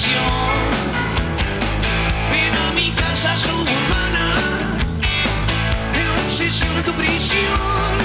prisión. Ven a mi casa suburbana, me obsesiona tu prisión.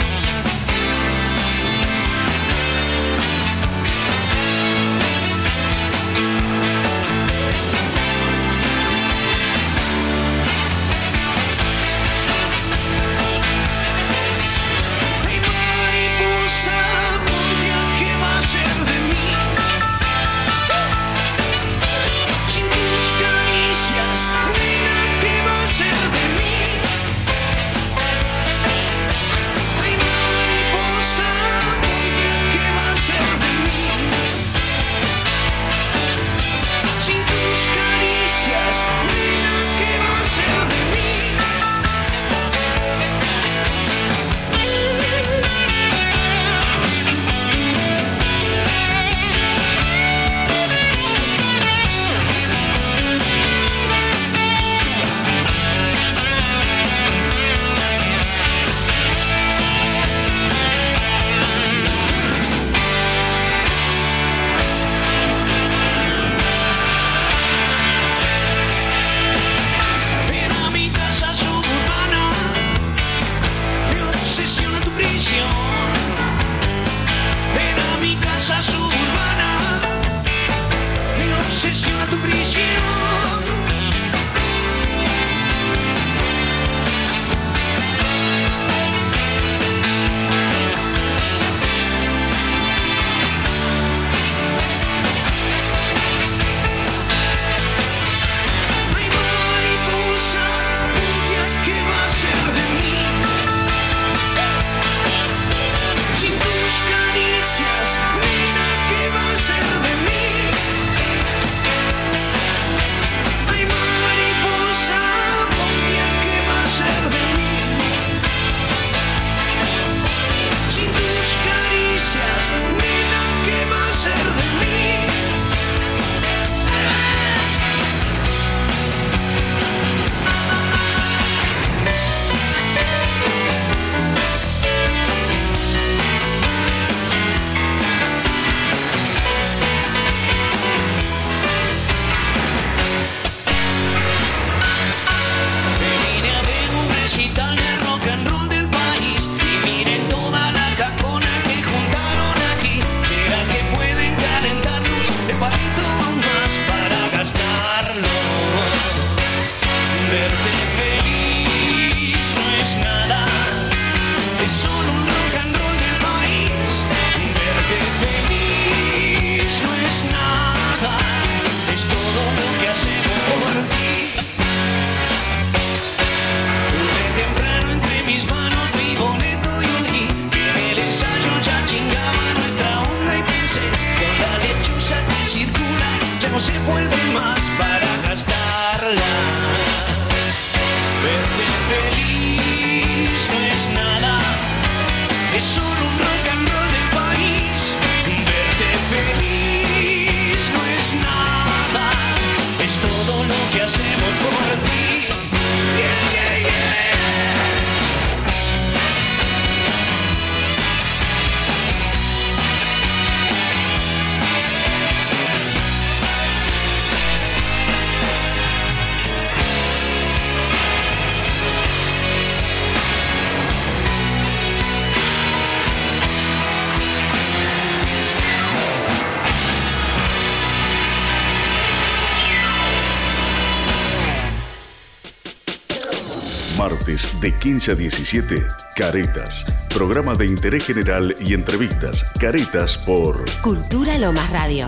Martes de 15 a 17, Caretas. Programa de interés general y entrevistas. Caretas por Cultura Lomas Radio.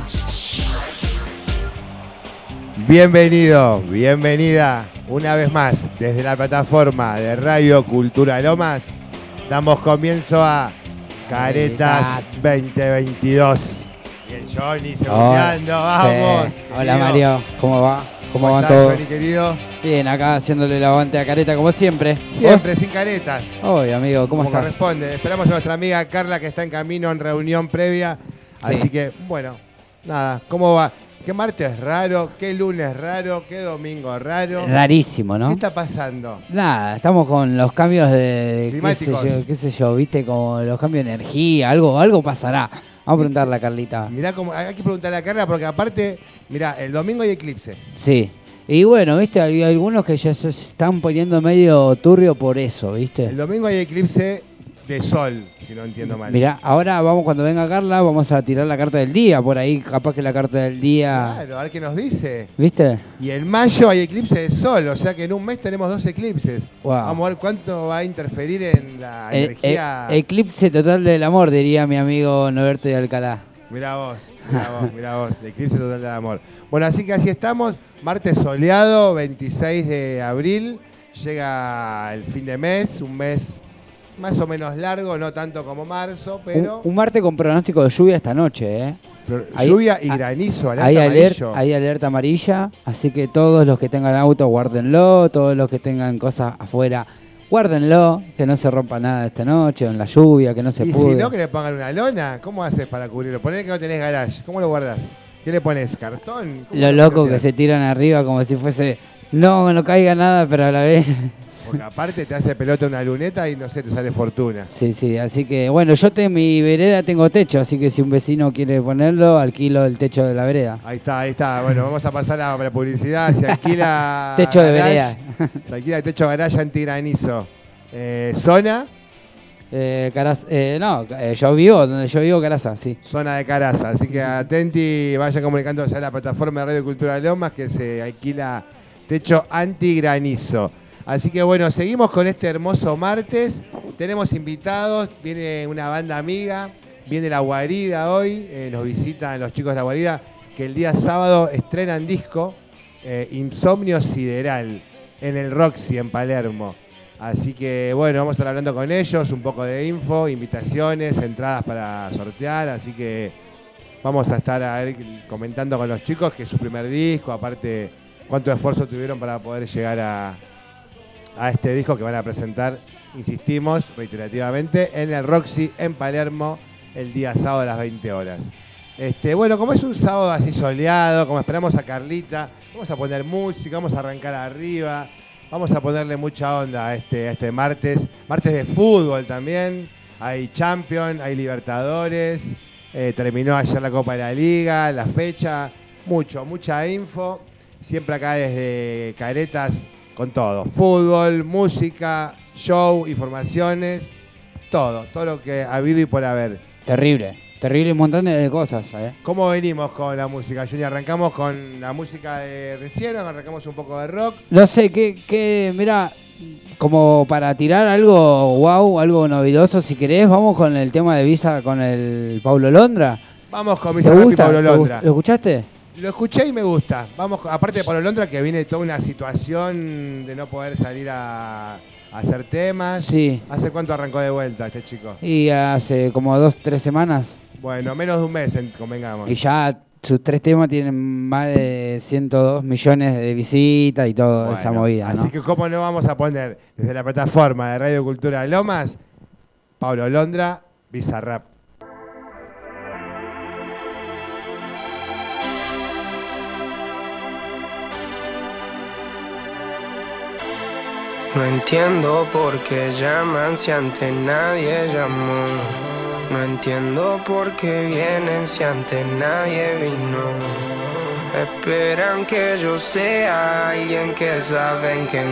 Bienvenido, bienvenida una vez más desde la plataforma de Radio Cultura Lomas. Damos comienzo a Caretas 2022. Bien, Johnny, segundeando, vamos. Sí. Hola Mario, ¿cómo va? ¿Cómo van estás, todos? Johnny, querido? Bien, acá haciéndole el aguante a Careta como siempre. Siempre, sin caretas. Obvio, amigo, ¿cómo estás? Corresponde. Esperamos a nuestra amiga Carla que está en camino en reunión previa. Sí. Así que, bueno, nada, ¿cómo va? ¿Qué martes raro? ¿Qué lunes raro? ¿Qué domingo raro? Rarísimo, ¿no? ¿Qué está pasando? Nada, estamos con los cambios de climáticos. qué sé yo, viste, como los cambios de energía, algo pasará. Vamos a preguntarle a Carlita. Mirá cómo, hay que preguntarle a Carla porque aparte, mirá, el domingo hay eclipse. Sí. Y bueno, viste, hay algunos que ya se están poniendo medio turbio por eso, viste. El domingo hay eclipse de sol, si no entiendo mal. Mirá, ahora vamos, cuando venga Carla, vamos a tirar la carta del día por ahí. Capaz que la carta del día. Claro, a ver qué nos dice. ¿Viste? Y en mayo hay eclipse de sol, o sea que en un mes tenemos 2 eclipses. Wow. Vamos a ver cuánto va a interferir en la energía. Eclipse total del amor, diría mi amigo Norberto de Alcalá. Mirá vos, el eclipse total del amor. Bueno, así que así estamos, martes soleado, 26 de abril, llega el fin de mes, un mes más o menos largo, no tanto como marzo, pero... Un martes con pronóstico de lluvia esta noche, ¿eh? Lluvia y granizo, alerta amarillo. Hay alerta amarilla, así que todos los que tengan auto, guárdenlo, todos los que tengan cosas afuera, guárdenlo, que no se rompa nada esta noche, en la lluvia, que no se pude. Y si no, que le pongan una lona, ¿cómo haces para cubrirlo? Ponele que no tenés garage, ¿cómo lo guardás? ¿Qué le pones? ¿Cartón? Lo loco que se tiran arriba como si fuese, no caiga nada, pero a la vez... Porque aparte te hace pelota una luneta y no sé, te sale fortuna. Sí, así que bueno, mi vereda tengo techo, así que si un vecino quiere ponerlo, alquilo el techo de la vereda. Ahí está. Bueno, vamos a pasar a la publicidad. Se alquila techo de vereda. Se alquila el techo de garage antigranizo. Zona. Donde yo vivo, Caraza, sí. Zona de Caraza. Así que atenti, vayan comunicándose a la plataforma de Radio Cultura de Lomas que se alquila techo antigranizo. Así que bueno, seguimos con este hermoso martes. Tenemos invitados, viene una banda amiga, viene La Guarida hoy, nos visitan los chicos de La Guarida, que el día sábado estrenan disco, Insomnio Sideral, en el Roxy, en Palermo. Así que bueno, vamos a estar hablando con ellos, un poco de info, invitaciones, entradas para sortear, así que vamos a estar comentando con los chicos que es su primer disco, aparte cuánto esfuerzo tuvieron para poder llegar a este disco que van a presentar, insistimos, reiterativamente, en el Roxy en Palermo el día sábado a las 20 horas. Bueno, como es un sábado así soleado, como esperamos a Carlita, vamos a poner música, vamos a arrancar arriba, vamos a ponerle mucha onda a este martes de fútbol también, hay Champions, hay Libertadores, terminó ayer la Copa de la Liga, la fecha, mucha info, siempre acá desde Caretas, con todo, fútbol, música, show, informaciones, todo lo que ha habido y por haber. Terrible, un montón de cosas, ¿eh? ¿Cómo venimos con la música, Junior? ¿Arrancamos con la música de recién o arrancamos un poco de rock? No sé, mira, como para tirar algo wow, algo novedoso, si querés, vamos con el tema de Visa con el Paulo Londra. Vamos con Visa y Paulo Londra. ¿Lo escuchaste? Lo escuché y me gusta. Vamos, aparte de Paulo Londra, que viene toda una situación de no poder salir a hacer temas. Sí. ¿Hace cuánto arrancó de vuelta este chico? Y hace como 2-3 semanas. Bueno, menos de un mes, convengamos. Y ya sus 3 temas tienen más de 102 millones de visitas y toda esa movida, ¿no? Así que cómo no vamos a poner desde la plataforma de Radio Cultura de Lomas, Paulo Londra, Bizarrap. No entiendo por qué llaman si antes nadie llamó. No entiendo por qué vienen si antes nadie vino. Esperan que yo sea alguien que saben que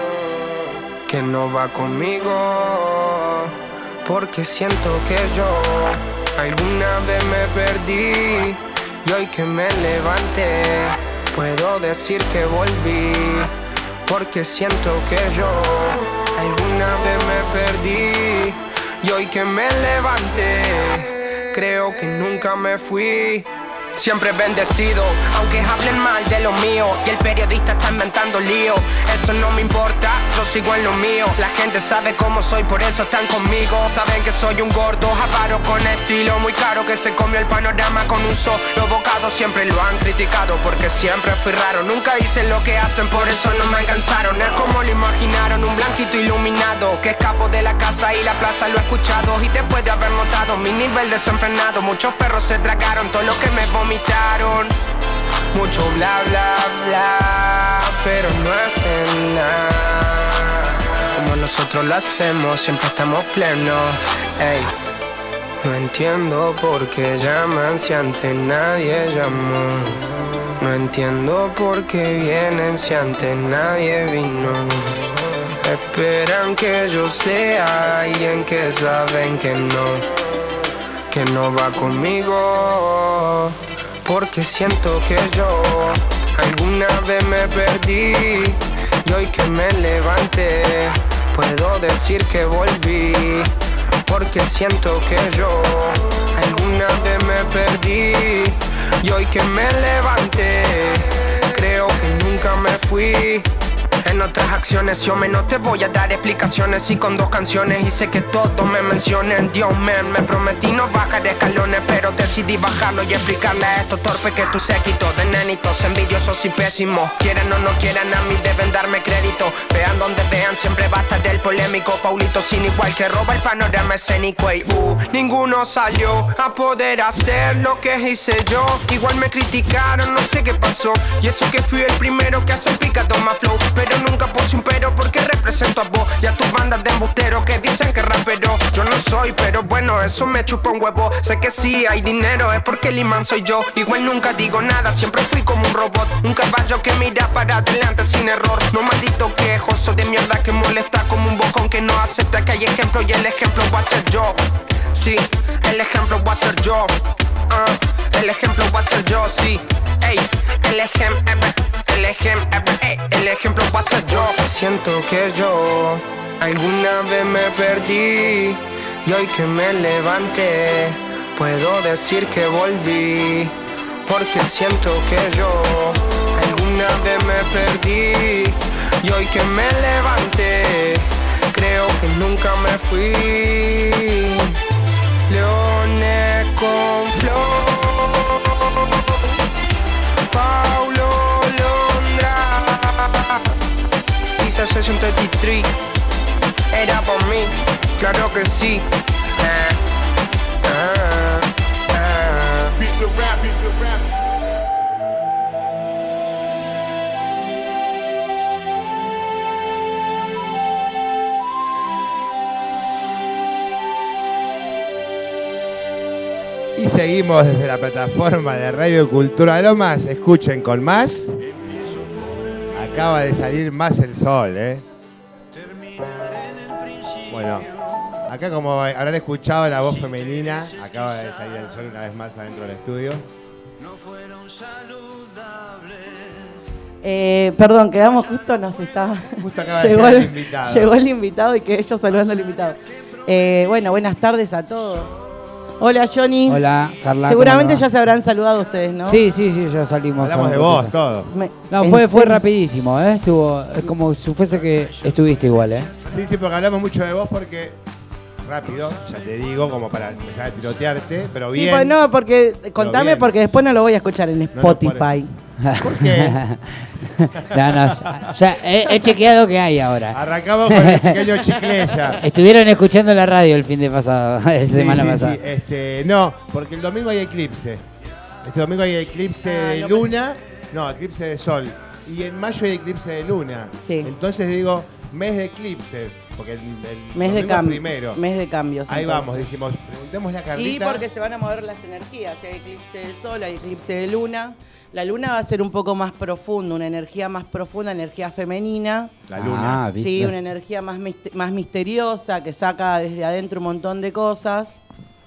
no va conmigo. Porque siento que yo alguna vez me perdí y hoy que me levanté puedo decir que volví. Porque siento que yo alguna vez me perdí y hoy que me levanté creo que nunca me fui. Siempre bendecido, aunque hablen mal de lo mío y el periodista está inventando lío. Eso no me importa, yo sigo en lo mío. La gente sabe cómo soy, por eso están conmigo. Saben que soy un gordo, avaro con estilo muy caro, que se comió el panorama con un solo bocado. Siempre lo han criticado porque siempre fui raro. Nunca hice lo que hacen, por eso no me alcanzaron. Es como lo imaginaron, un blanquito iluminado, que escapo de la casa y la plaza lo he escuchado. Y después de haber notado mi nivel desenfrenado, muchos perros se tragaron todo lo que me vomitaron. Mucho bla bla bla, pero no hacen nada como nosotros lo hacemos, siempre estamos plenos. Ey. No entiendo por qué llaman si antes nadie llamó. No entiendo por qué vienen si antes nadie vino. Esperan que yo sea alguien que saben que no va conmigo. Porque siento que yo alguna vez me perdí y hoy que me levanté puedo decir que volví. Porque siento que yo alguna vez me perdí y hoy que me levanté creo que nunca me fui. En otras acciones yo no te voy a dar explicaciones y con 2 canciones hice que todos me mencionen. Dios man, me prometí no bajar escalones, pero decidí bajarlo y explicarle a estos torpes que tu séquito de nenitos envidiosos y pésimos. Quieran o no quieran, a mí deben darme crédito. Vean donde vean, siempre va a estar el polémico Paulito sin igual que roba el panorama escénico. Y ninguno salió a poder hacer lo que hice yo. Igual me criticaron, no sé qué pasó. Y eso que fui el primero que hace picado más flow, pero nunca puse un pero porque represento a vos y a tus bandas de embusteros que dicen que rapero yo no soy, pero bueno, eso me chupa un huevo. Sé que sí hay dinero, es porque el imán soy yo. Igual nunca digo nada, siempre fui como un robot, un caballo que mira para adelante sin error. No maldito quejoso de mierda que molesta como un bocón que no acepta que hay ejemplo y el ejemplo va a ser yo. Sí, el ejemplo va a ser yo. El ejemplo va a ser yo, sí. Ey, el ejemplo va a ser yo. Siento que yo alguna vez me perdí y hoy que me levanté puedo decir que volví. Porque siento que yo alguna vez me perdí y hoy que me levanté creo que nunca me fui. Leones con flow, Paulo Londra, Isa Session 33, era por mí, claro que sí. Piece of rap, piece of rap. Y seguimos desde la plataforma de Radio Cultura Lomas. Escuchen con más. Acaba de salir más el sol, ¿eh? Bueno, acá como habrán escuchado la voz femenina, acaba de salir el sol una vez más adentro del estudio. Perdón, quedamos justo, nos está... Justo acaba de llegar el invitado. Llegó el invitado y que ellos saludando al invitado. Bueno, buenas tardes a todos. Hola, Johnny. Hola, Carla. Seguramente ya se habrán saludado ustedes, ¿no? Sí, ya salimos. Hablamos de vos, todo. No, fue rapidísimo, ¿eh? Estuvo, es como si fuese que estuviste igual, ¿eh? Sí, porque hablamos mucho de vos porque... Rápido, ya te digo, como para empezar a tirotearte, pero bien. Sí, pues no, porque contame, bien. Porque después no lo voy a escuchar en Spotify. ¿Por qué? No, ya he chequeado que hay ahora. Arrancamos con el pequeño chicle ya. Estuvieron escuchando la radio el fin de pasado, la semana pasada. Sí. No, porque el domingo hay eclipse. Este domingo hay eclipse de luna, eclipse de sol. Y en mayo hay eclipse de luna. Sí. Entonces digo, mes de eclipses, porque el Mes de cambio. primero. Mes de cambios. Ahí entonces. vamos, dijimos, preguntémosle a Carlita. Y porque se van a mover las energías. Si hay eclipse de sol, hay eclipse de luna. La luna va a ser un poco más profunda, una energía más profunda, energía femenina. La luna. ¿viste? Sí, una energía más misteriosa, que saca desde adentro un montón de cosas.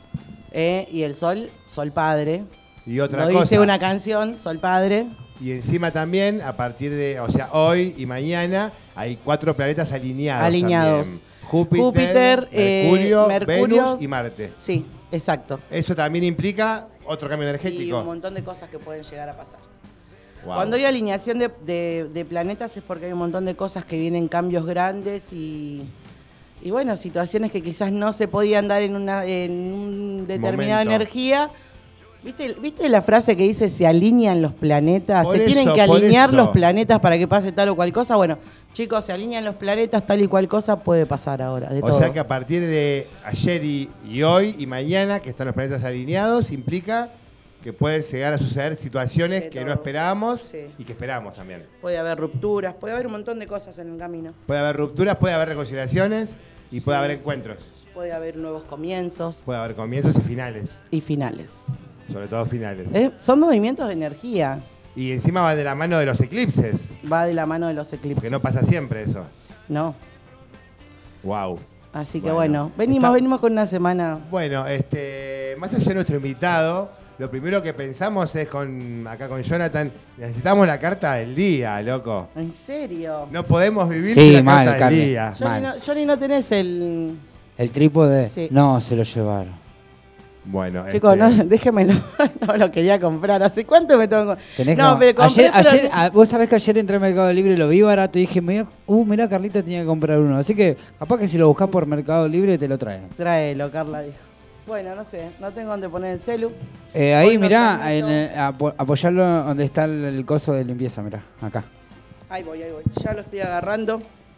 Y el sol padre. Y otra Lo cosa. dice una canción, sol padre. Y encima también, a partir de, hoy y mañana, hay 4 planetas alineados. También. Júpiter, Mercurio, Venus y Marte. Sí, exacto. Eso también implica otro cambio Y energético. un montón de cosas que pueden llegar a pasar. Wow. Cuando hay alineación de planetas es porque hay un montón de cosas que vienen cambios grandes y bueno, situaciones que quizás no se podían dar en una determinada Momento. energía. ¿Viste la frase que dice se alinean los planetas? Por Se tienen eso, que por alinear eso. los planetas para que pase tal o cual cosa. Bueno, chicos, se alinean los planetas, tal y cual cosa puede pasar ahora. De O todo. sea que a partir de ayer y hoy y mañana, que están los planetas alineados, implica que pueden llegar a suceder situaciones De que todo. no esperábamos Sí. y que esperamos también. Puede haber rupturas, puede haber un montón de cosas en el camino. Puede haber rupturas, puede haber reconciliaciones Y puede haber encuentros, Puede haber nuevos comienzos puede haber comienzos y finales, y finales. sobre todo finales. Son movimientos de energía. Y encima va de la mano de los eclipses, Va de la mano de los eclipses. porque no pasa siempre eso. No. Wow. Así que Bueno, venimos, está- venimos con una semana. Bueno, más allá de nuestro invitado, lo primero que pensamos es acá con Jonathan, necesitamos la carta del día, loco. ¿En serio? No podemos vivir Sí, sin la mal, carta del Carly. día. Mal. Johnny, no tenés el... El trípode. Sí. No, se lo llevaron. Bueno, Chicos, déjemelo. No lo quería comprar. ¿Hace cuánto me tengo que Tenés No, que- pero compré, ayer, pero- vos sabés que ayer entré al Mercado Libre y lo vi barato y dije, mirá, Carlita tenía que comprar uno. Así que capaz que si lo buscás por Mercado Libre te lo traen. Tráelo, Carla dijo. Bueno, no sé, no tengo dónde poner el celu. Ahí, Hoy no mirá, transmito. apoyarlo donde está el coso de limpieza, mirá, acá. Ahí voy. Ya lo estoy agarrando.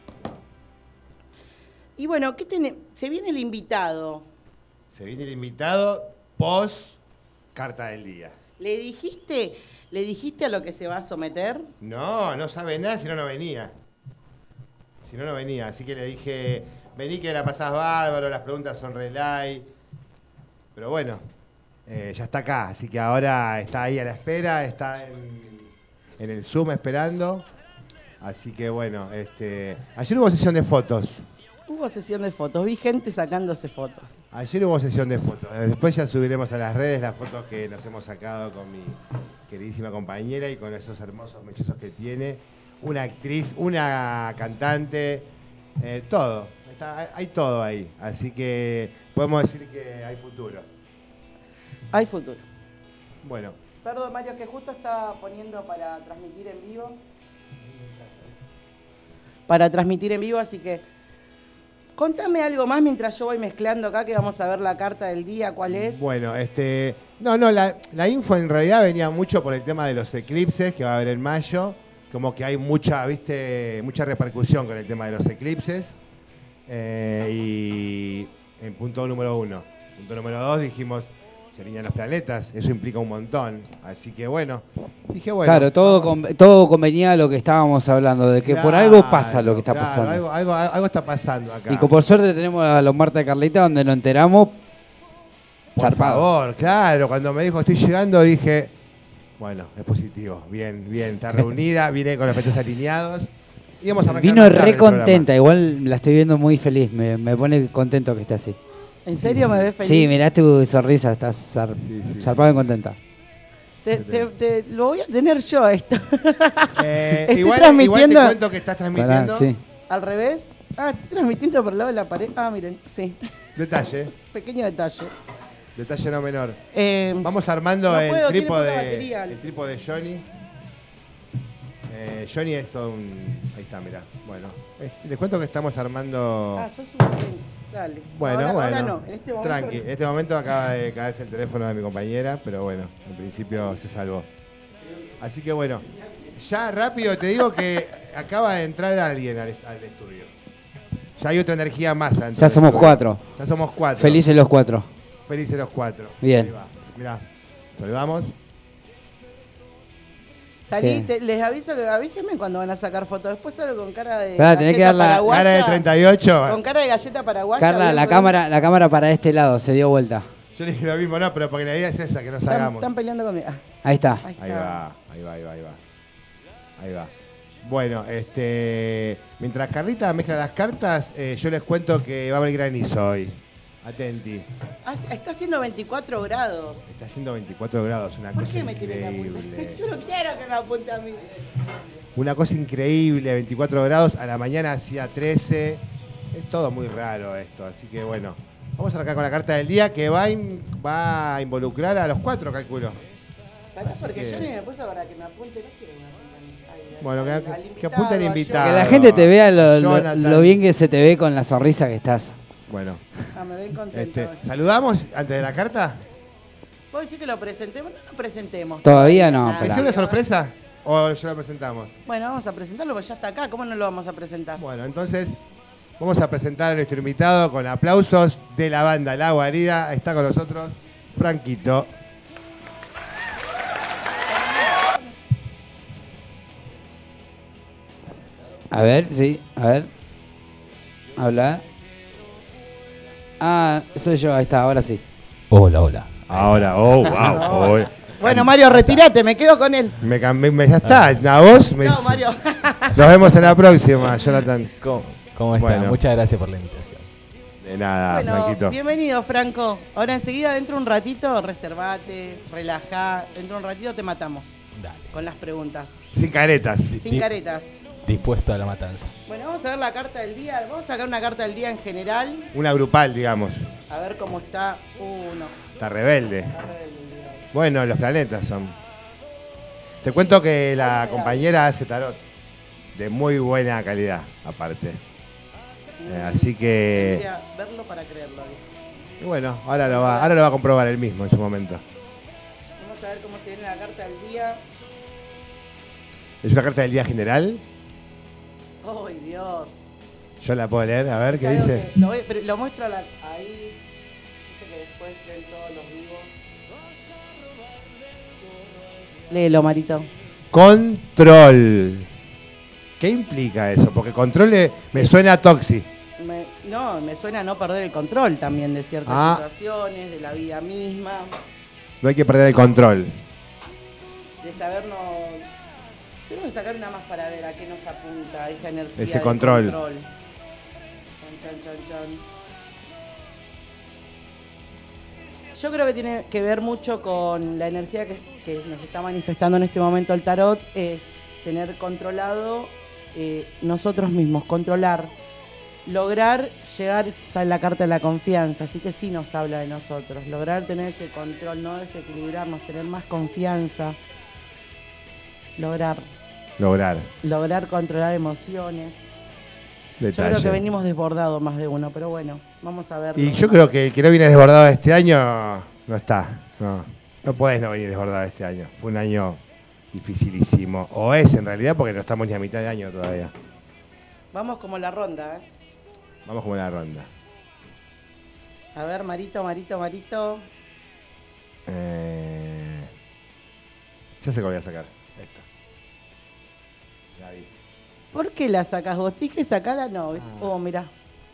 Y bueno, se viene el invitado. Se viene el invitado post carta del día. ¿Le dijiste a lo que se va a someter? No sabe nada si no venía. Si no venía. Así que le dije, vení que la pasás bárbaro, las preguntas son re light. Pero bueno, ya está acá. Así que ahora está ahí a la espera, está en el Zoom esperando. Así que bueno, ayer hubo sesión de fotos. Hubo sesión de fotos, vi gente sacándose fotos. Ayer hubo sesión de fotos. Después ya subiremos a las redes las fotos que nos hemos sacado con mi queridísima compañera y con esos hermosos mechazos que tiene. Una actriz, una cantante, todo. Hay todo ahí. Así que podemos decir que hay futuro. Hay futuro. Bueno, Perdón, Mario, que justo estaba poniendo para transmitir en vivo. Para transmitir en vivo, así que contame algo más mientras yo voy mezclando acá, que vamos a ver la carta del día, cuál es. bueno, la info en realidad venía mucho por el tema de los eclipses que va a haber en mayo. Como que hay mucha repercusión con el tema de los eclipses. Y en punto número 1. Punto número 2 dijimos, se alinean los planetas, eso implica un montón. Así que dije Claro, todo convenía a lo que estábamos hablando, de que por algo pasa lo que está claro, pasando. algo está pasando acá. Y por suerte tenemos a los Marta de Carlita donde nos enteramos. Por zarpado. favor, claro, cuando me dijo estoy llegando dije, bueno, es positivo, bien, está reunida, viene con los planetas alineados. Y vamos a arrancar Vino más tarde re el programa. contenta, igual la estoy viendo muy feliz, me pone contento que esté así. ¿En serio me ves feliz? Sí, mirá tu sonrisa, estás Sí. zarpado y contenta. Lo voy a tener yo esto. Estoy Igual te transmitiendo cuento que estás transmitiendo. Pará, sí. al revés. Ah, estoy transmitiendo por el lado de la pared. Ah, miren, sí. Detalle, Pequeño detalle. detalle no menor. Eh, Vamos armando No el puedo, tiene trípode, poca batería. el trípode de Johnny. Johnny es todo un... Ahí está, mirá. Bueno, les cuento que estamos armando... sos un intenso. Dale. Bueno, Ahora no, en este momento tranqui. no. En este momento acaba de caerse el teléfono de mi compañera, pero bueno, en principio se salvó. Así que bueno, ya rápido te digo que acaba de entrar alguien al estudio. Ya hay otra energía más adentro Ya del somos estudio. 4. Ya somos 4. Felices los 4. Felices los 4. Bien. Ahí va. Mirá, saludamos. Salí, ¿Qué? les aviso que avísenme cuando van a sacar fotos. Después salgo con cara de Pará, tenés que dar la paraguaya. Cara de 38. Con cara de galleta paraguaya. Carla, bien, la cámara para este lado, se dio vuelta. Yo le dije lo mismo, no, pero porque la idea es esa, que nos Están, hagamos. están peleando conmigo. Ah, Ahí está. ahí está. Ahí va. Bueno, mientras Carlita mezcla las cartas, yo les cuento que va a haber granizo hoy. Atenti. Ah, está haciendo 24 grados. Está haciendo 24 grados, una ¿Por cosa qué me tienen la punta? increíble. Yo no quiero que me apunte a mí. Una cosa increíble, 24 grados, a la mañana hacía 13. Es todo muy raro esto, así que bueno. Vamos a arrancar con la carta del día que va a involucrar a los 4, calculo. Pará, porque que- yo ni me puse para que me apunte. No quiero que me apunten. Ay, Bueno, al que apunte el a invitado. Que la gente te vea Jonathan. lo bien que se te ve con la sonrisa que estás. Bueno, Ah, me ven contento. ¿saludamos antes de la carta? ¿Puedo decir que lo presentemos? No lo presentemos. Todavía no, Nada. ¿Es una sorpresa o ya lo presentamos? Bueno, vamos a presentarlo porque ya está acá. ¿Cómo no lo vamos a presentar? Bueno, entonces vamos a presentar a nuestro invitado con aplausos de la banda La Guarida. Está con nosotros Franquito. A ver, sí, a ver. Habla. Ah, soy yo, ahí está, ahora sí. Hola, hola. Ahora, wow. Bueno, Mario, retírate, me quedo con él. Me cambié, ya está. A vos. Chao, Mario. Nos vemos en la próxima, Jonathan. ¿Cómo están? Bueno. Muchas gracias por la invitación. De nada, Bueno, Franquito. bienvenido, Franco. Ahora enseguida, dentro de un ratito, reservate, relajá. Dentro de un ratito te matamos Dale. con las preguntas. Sin caretas. Sin caretas. Dispuesto a la matanza. Bueno, vamos a ver la carta del día. Vamos a sacar una carta del día en general. Una grupal, digamos. A ver cómo está. No. Está rebelde. Está rebelde, digamos. Bueno, los planetas son. Te cuento que la compañera hace tarot. De muy buena calidad, aparte. Así que. Tendría verlo para creerlo. Y bueno, ahora lo va a comprobar él mismo en su momento. Vamos a ver cómo se viene la carta del día. ¿Es una carta del día general? ¡Ay, Dios! Yo la puedo leer, a ver qué ¿Sabes dice. que pero lo muestro ahí. Dice que después leen todos los vivos. Léelo, Marito. Control. ¿Qué implica eso? Porque control me suena a Toxi. Me suena a no perder el control también de ciertas situaciones, de la vida misma, No hay que perder el control. de sabernos. Tenemos que sacar una más para ver a qué nos apunta esa energía. Ese de control. Chan, chan, chan, chan. Yo creo que tiene que ver mucho con la energía que nos está manifestando en este momento el tarot, es tener controlado nosotros mismos, controlar, lograr llegar a la carta de la confianza, así que sí nos habla de nosotros, lograr tener ese control, no desequilibrarnos, tener más confianza, lograr controlar emociones. Detalle. Yo creo que venimos desbordados más de uno, pero bueno, vamos a ver. Y yo creo que el que no viene desbordado este año no está. No puedes no venir desbordado este año. Fue un año dificilísimo. O es en realidad porque no estamos ni a mitad de año todavía. Vamos como la ronda, Vamos como en la ronda. A ver, Marito. Ya sé que voy a sacar. Esta. La vi. ¿Por qué la sacas vos? Te dije sacala, no. Oh, mirá.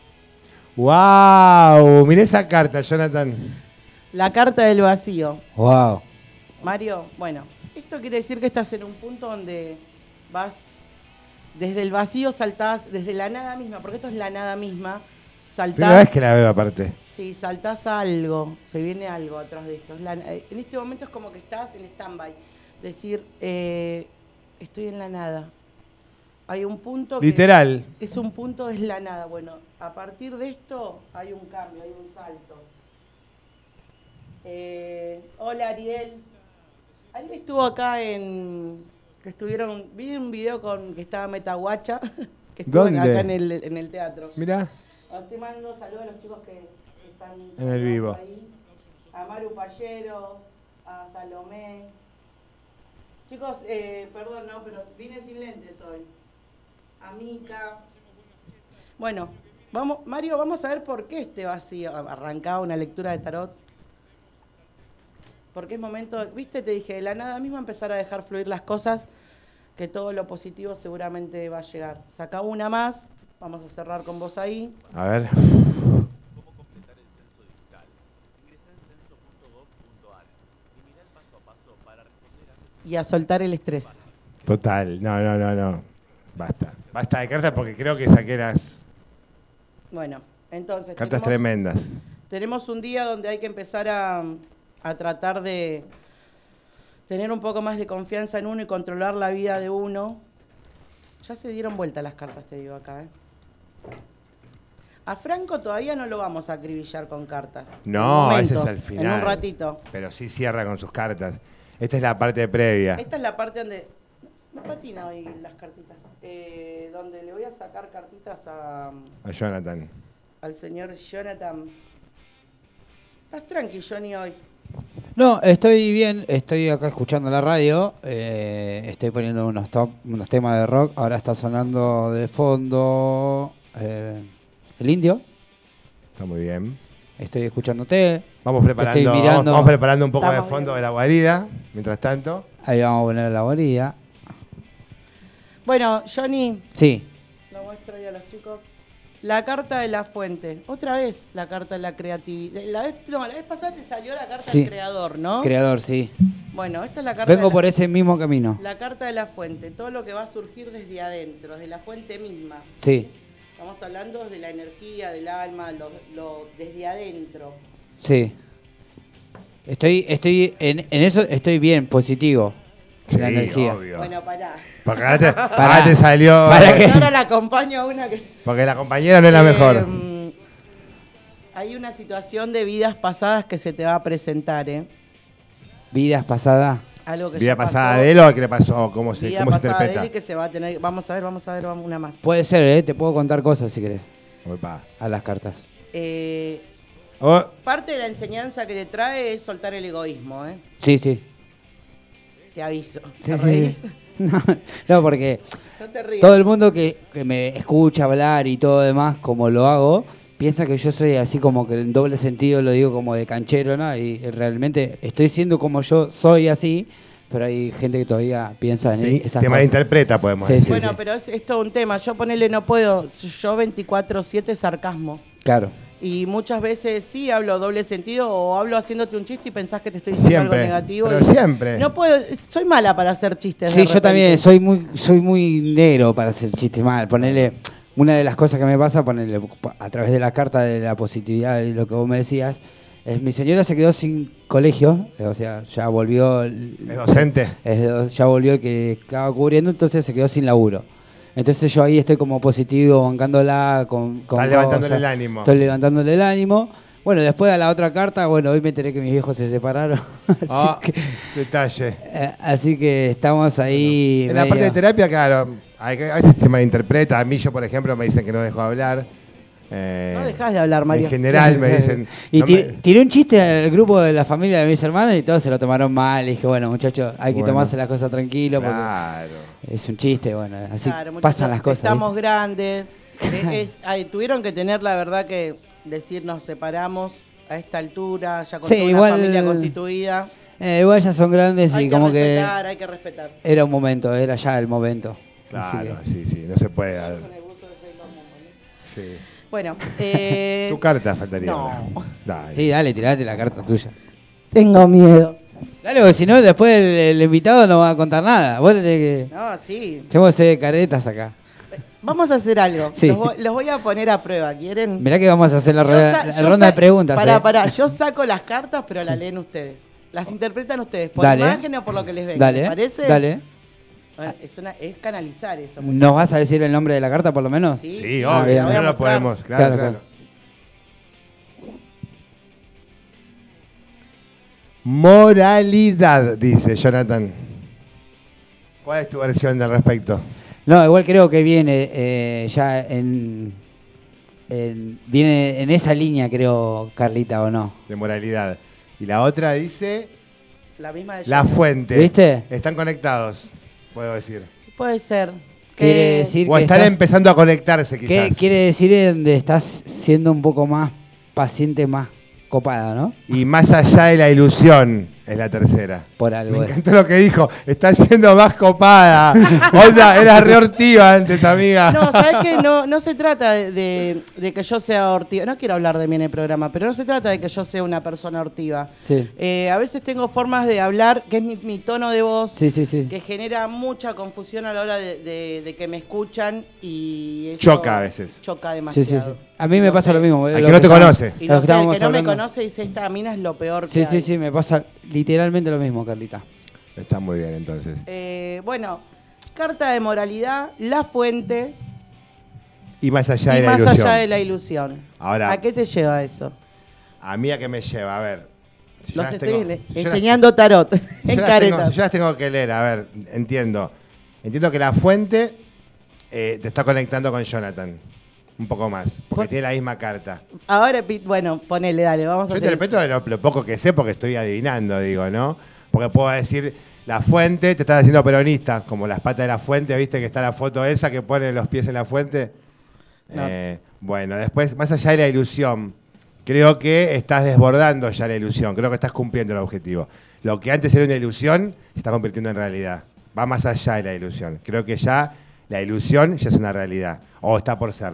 ¡Wow! Mirá esa carta, Jonathan. La carta del vacío. Wow. Mario, bueno, esto quiere decir que estás en un punto donde vas desde el vacío, saltás desde la nada misma, porque esto es la nada misma. Primera vez que la veo aparte. Sí, saltás algo, se viene algo atrás de esto. En este momento es como que estás en stand-by. Decir, estoy en la nada. Hay un punto Literal. que es un punto, es la nada. Bueno, a partir de esto hay un cambio, hay un salto. Hola, Ariel. Ariel estuvo acá vi un video que estaba Metaguacha, que estuvo ¿Dónde? acá en el teatro. Mirá. Te mando saludos a los chicos que están En el vivo. ahí. A Maru Pallero, a Salomé. Chicos, perdón, no, pero vine sin lentes hoy. A Mica. Bueno, Mario, vamos a ver por qué este vacío. Arrancaba una lectura de tarot. Porque es momento, viste, te dije, de la nada misma empezar a dejar fluir las cosas, que todo lo positivo seguramente va a llegar. Saca una más, vamos a cerrar con vos ahí. A ver. ¿Cómo completar el censo digital? Ingresa en censo.gov.ar y mira el paso a paso para responder antes. Y a soltar el estrés. Total. No. Basta de cartas porque creo que saqué las Bueno, entonces cartas tremendas. tenemos un día donde hay que empezar a tratar de tener un poco más de confianza en uno y controlar la vida de uno. Ya se dieron vuelta las cartas, te digo acá. A Franco todavía no lo vamos a acribillar con cartas. No, En ese es momentos, al final. En un ratito. Pero sí cierra con sus cartas. Esta es la parte previa. Esta es la parte donde... No patina hoy las cartitas. Donde le voy a sacar cartitas A Jonathan. al señor Jonathan. Estás tranqui, Johnny, hoy. No, estoy bien, estoy acá escuchando la radio, estoy poniendo unos temas de rock, ahora está sonando de fondo El Indio, Está muy bien. estoy escuchándote, Vamos preparando, estoy mirando. vamos preparando un poco Estamos de fondo bien. de la guarida. Mientras tanto. ahí vamos a poner la guarida. Bueno, Johnny, Sí, lo muestro ahí a los chicos. La carta de la fuente. Otra vez la carta de la creatividad. La vez pasada te salió la carta Sí. del creador, ¿no? Creador, sí. Bueno, esta es la carta Vengo de por ese mismo camino. la carta de la fuente. Todo lo que va a surgir desde adentro, desde la fuente misma. Sí, Estamos hablando de la energía, del alma, desde adentro. sí. Estoy en eso estoy bien, positivo. Sí, la energía. obvio. Bueno, pará. Porque ahora te, Pará. ahora te salió. Pará que- Ahora la acompaño a una que... Porque la compañera no es la mejor. Hay una situación de vidas pasadas que se te va a presentar, ¿eh? Vidas pasadas. Algo que ¿Vida ya pasada pasó. de él o qué le pasó? ¿Cómo se, Vida cómo se pasada de interpreta? él y que se va a tener... Vamos a ver una más. Puede ser, te puedo contar cosas si querés. Opa. A las cartas. Oh, Parte de la enseñanza que te trae es soltar el egoísmo, ¿eh? Sí, sí. Te aviso. Sí, ¿Te sí, reís? sí. No, porque No te rías. todo el mundo que me escucha hablar y todo demás, como lo hago, piensa que yo soy así como que en doble sentido lo digo como de canchero, ¿no? Y realmente estoy siendo como yo soy así, pero hay gente que todavía piensa en te esas te cosas. malinterpreta, podemos Sí, decir. sí, Bueno, sí. pero es todo un tema. Yo ponerle no puedo. Yo 24/7 sarcasmo. Claro. Y muchas veces sí hablo doble sentido o hablo haciéndote un chiste y pensás que te estoy diciendo Siempre, algo negativo. pero y siempre. No puedo, soy mala para hacer chistes. Sí, de yo repente. también soy muy negro para hacer chistes mal. Ponerle una de las cosas que me pasa, ponerle a través de la carta de la positividad y lo que vos me decías, es mi señora se quedó sin colegio, o sea, ya volvió ¿Es docente? ya volvió el que estaba cubriendo, entonces se quedó sin laburo. Entonces yo ahí estoy como positivo, bancándola con Estás levantándole el ánimo. Estoy levantándole el ánimo. Bueno, después a la otra carta, bueno, hoy me enteré que mis viejos se separaron. Ah, detalle. Así que estamos ahí. En la parte de terapia, claro, a veces se malinterpreta. A mí, yo, por ejemplo, me dicen que no dejo hablar. No dejás de hablar, Mario. En general me dicen... Y no me- tiré un chiste al grupo de la familia de mis hermanos y todos se lo tomaron mal. Y dije, bueno, muchachos, hay que Bueno. tomarse las cosas tranquilo Claro. porque es un chiste, bueno, así Claro, muchachos, pasan las cosas. Estamos ¿viste? grandes. Tuvieron que tener la verdad que decir nos separamos a esta altura, ya con Sí, toda igual- una familia constituida. Igual ya son grandes Hay y que como respetar, hay que respetar. que era un momento, era ya el momento. Así Claro, que- sí, no se puede. Sí. Bueno, Tu carta faltaría. no. ahora. Dale. Sí, dale, tirate la carta tuya. Tengo miedo. Dale, porque si no, después el invitado no va a contar nada. Vos tenés que... No, sí. Tenemos que hacer caretas acá. Vamos a hacer algo. Sí. Los voy a poner a prueba. ¿Quieren? Mirá que vamos a hacer la, Yo rueda- sa- la yo ronda sa- de preguntas. Pará. Yo saco las cartas, pero las leen ustedes. Las interpretan ustedes. Por Dale. imagen o por lo que les venga. Dale, ¿Les parece? dale. Bueno, es canalizar eso. ¿Nos vas a decir el nombre de la carta por lo menos? Sí, Sí, Ah, obvio, bien. si no voy a lo mostrar. podemos. Claro, claro. Moralidad, dice Jonathan. ¿Cuál es tu versión al respecto? No, igual creo que viene ya viene en esa línea, creo, Carlita, ¿o no? De moralidad. Y la otra dice La misma de la yo. fuente. ¿Viste? Están conectados, puedo decir. Puede ser. Quiere decir O que están estás- empezando a conectarse, ¿Qué quizás. quiere decir donde estás siendo un poco más paciente, más copada, ¿no? Y más allá de la ilusión es la tercera. Por algo. Me es. encantó lo que dijo. Está siendo más copada. Onda, era re hortiva antes, amiga. No, ¿sabes qué? No se trata de que yo sea hortiva. No quiero hablar de mí en el programa, pero no se trata de que yo sea una persona hortiva. Sí. A veces tengo formas de hablar, que es mi tono de voz, Sí, sí, sí. que genera mucha confusión a la hora de que me escuchan y eso Choca a veces. Choca Sí, demasiado. sí, sí. A mí me pasa lo mismo. Al que no te conoce. Y Lo no que sé, el estábamos que no me hablando. conoce dice, esta mina es lo peor Sí, que sí, hay. sí, me pasa literalmente lo mismo, Carlita. Está muy bien, entonces. Bueno, carta de moralidad, la fuente Y más allá y de la más ilusión. allá de la ilusión. Ahora- ¿A qué te lleva eso? A mí a qué me lleva, a ver. Si yo Los las estoy tengo- le- si yo las- enseñando tarot si en yo las tengo- caretas. si yo las tengo que leer, a ver, entiendo. Entiendo que la fuente te está conectando con Jonathan. Un poco más. Porque Por- tiene la misma carta. Ahora, bueno, ponele, dale, vamos a Yo hacer. interpreto de lo poco que sé porque estoy adivinando, digo, ¿no? Porque puedo decir, la fuente te estás haciendo peronista, como las patas de la fuente, ¿viste? Que está la foto esa que pone los pies en la fuente. No. Bueno, después, más allá de la ilusión, creo que estás desbordando ya la ilusión, creo que estás cumpliendo el objetivo. Lo que antes era una ilusión se está convirtiendo en realidad. Va más allá de la ilusión. Creo que ya la ilusión ya es una realidad, o está por serlo.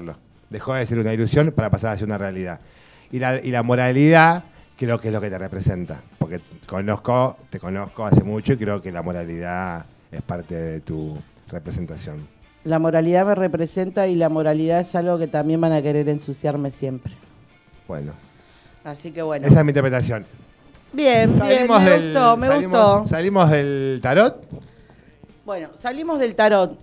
Dejó de ser una ilusión para pasar a ser una realidad. Y la moralidad creo que es lo que te representa. Porque te conozco hace mucho y creo que la moralidad es parte de tu representación. La moralidad me representa y la moralidad es algo que también van a querer ensuciarme siempre. Bueno, Así que bueno. esa es mi interpretación. Bien, me gustó. Salimos del tarot. Bueno, salimos del tarot.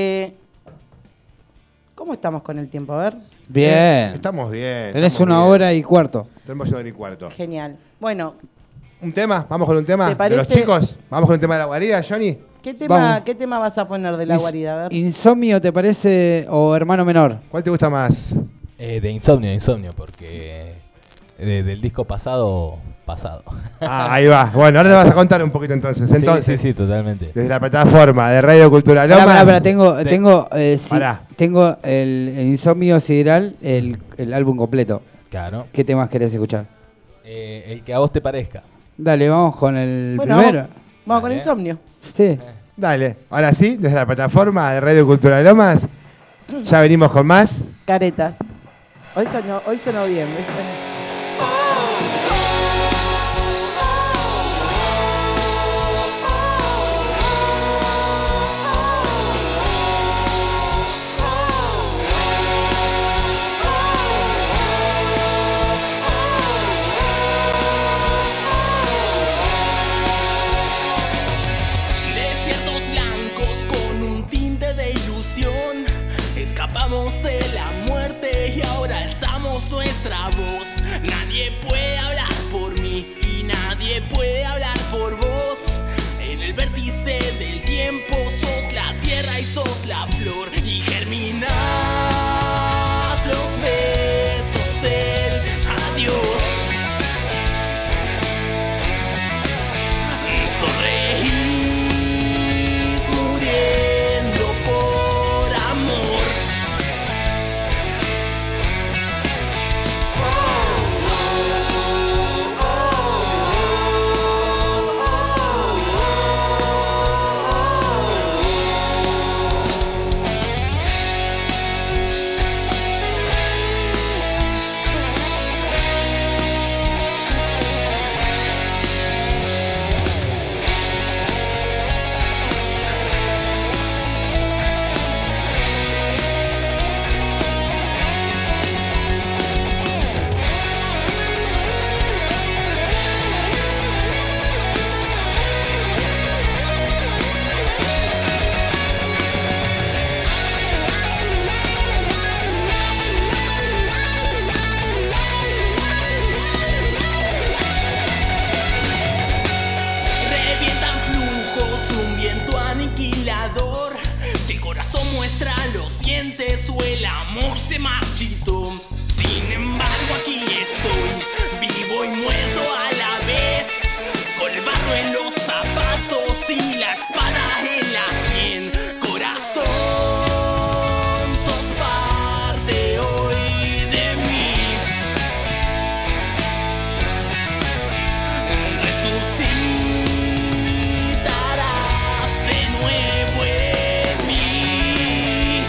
¿Cómo estamos con el tiempo? A ver. Bien. Estamos bien. Tenés estamos 1 bien. hora y cuarto. Tenemos 1 hora y cuarto. Genial. Bueno, ¿Un tema? ¿Vamos con un tema ¿Te de parece? los chicos? ¿Vamos con un tema de la guarida, Johnny? Vamos. ¿qué tema vas a poner de la guarida? A ver. ¿Insomnio te parece o hermano menor? ¿Cuál te gusta más? De Insomnio, porque del disco pasado. Ah, ahí va. Bueno, ahora te vas a contar un poquito entonces. Sí, totalmente. Desde la plataforma de Radio Cultura Lomas. Pará, tengo Pará. tengo el Insomnio Sideral, el álbum completo. Claro. ¿Qué temas querés escuchar? El que a vos te parezca. Dale, vamos con el Bueno, primero. Vamos con Dale. Insomnio. Sí. Dale. Ahora sí, desde la plataforma de Radio Cultura Lomas. Ya venimos con más. Caretas. Hoy sonó bien, ¿viste? Desiertos blancos con un tinte de ilusión. Escapamos de la muerte y ahora alzamos nuestra voz. Nadie puede hablar por mí y nadie puede hablar por vos. En el vértice del tiempo sos la tierra y sos la flor. Y germinás los besos del adiós. Sonreís muriendo por amor. Revientan flujos, un viento aniquilador. Si el corazón muestra los dientes o el amor se marchitó. Sin embargo aquí estoy, vivo y muerto a la vez. Con el barro en los zapatos y la espada en la sien. Corazón, sos parte hoy de mí. Resucitarás de nuevo en mí.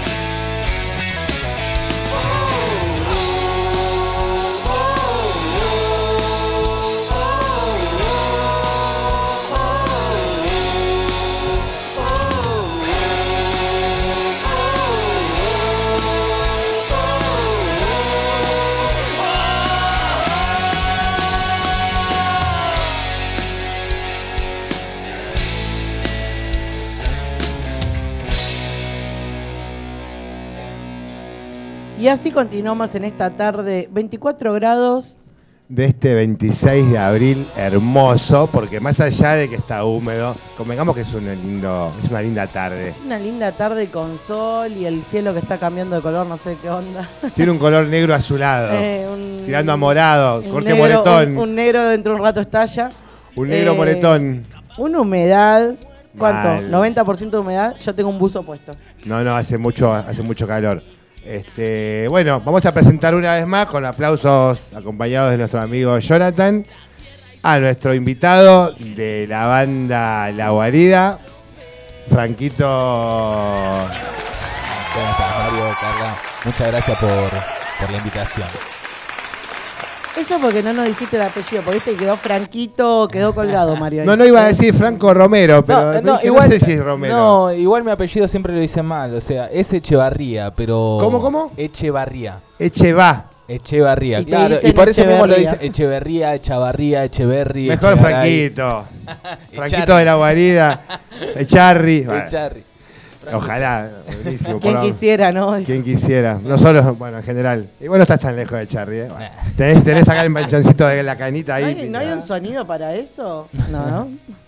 Y así continuamos en esta tarde, 24 grados. De este 26 de abril hermoso, porque más allá de que está húmedo, convengamos que es una linda tarde. Es una linda tarde con sol y el cielo que está cambiando de color, no sé qué onda. Tiene un color negro azulado, tirando a morado, un corte negro- moretón. Un negro dentro de un rato estalla. Un negro moretón. Una humedad, ¿cuánto? Mal. 90% de humedad. Yo tengo un buzo puesto. No, hace mucho calor. Bueno, vamos a presentar una vez más con aplausos acompañados de nuestro amigo Jonathan a nuestro invitado de la banda La Guarida, Franquito. ¿Cómo estás, Mario? Carla. Muchas gracias por la invitación. Eso porque no nos dijiste el apellido, porque este quedó Franquito, quedó colgado, Mario. No iba a decir Franco Romero, pero no sé si es Romero. No, igual mi apellido siempre lo hice mal, o sea, es Echevarría, pero... ¿Cómo? Echevarría. Echevarría, Y claro, y por eso mismo lo dice Echeverría, Echavarría, Echeverri. Mejor Franquito. Franquito de la guarida. Echarri. Echarri. Ojalá, buenísimo. Quien quisiera, ¿no? Quien quisiera. Nosotros, bueno, en general. Igual no estás tan lejos de Charry, ¿eh? Bueno, tenés acá el manchoncito de la canita ahí. ¿No hay un sonido para eso? No.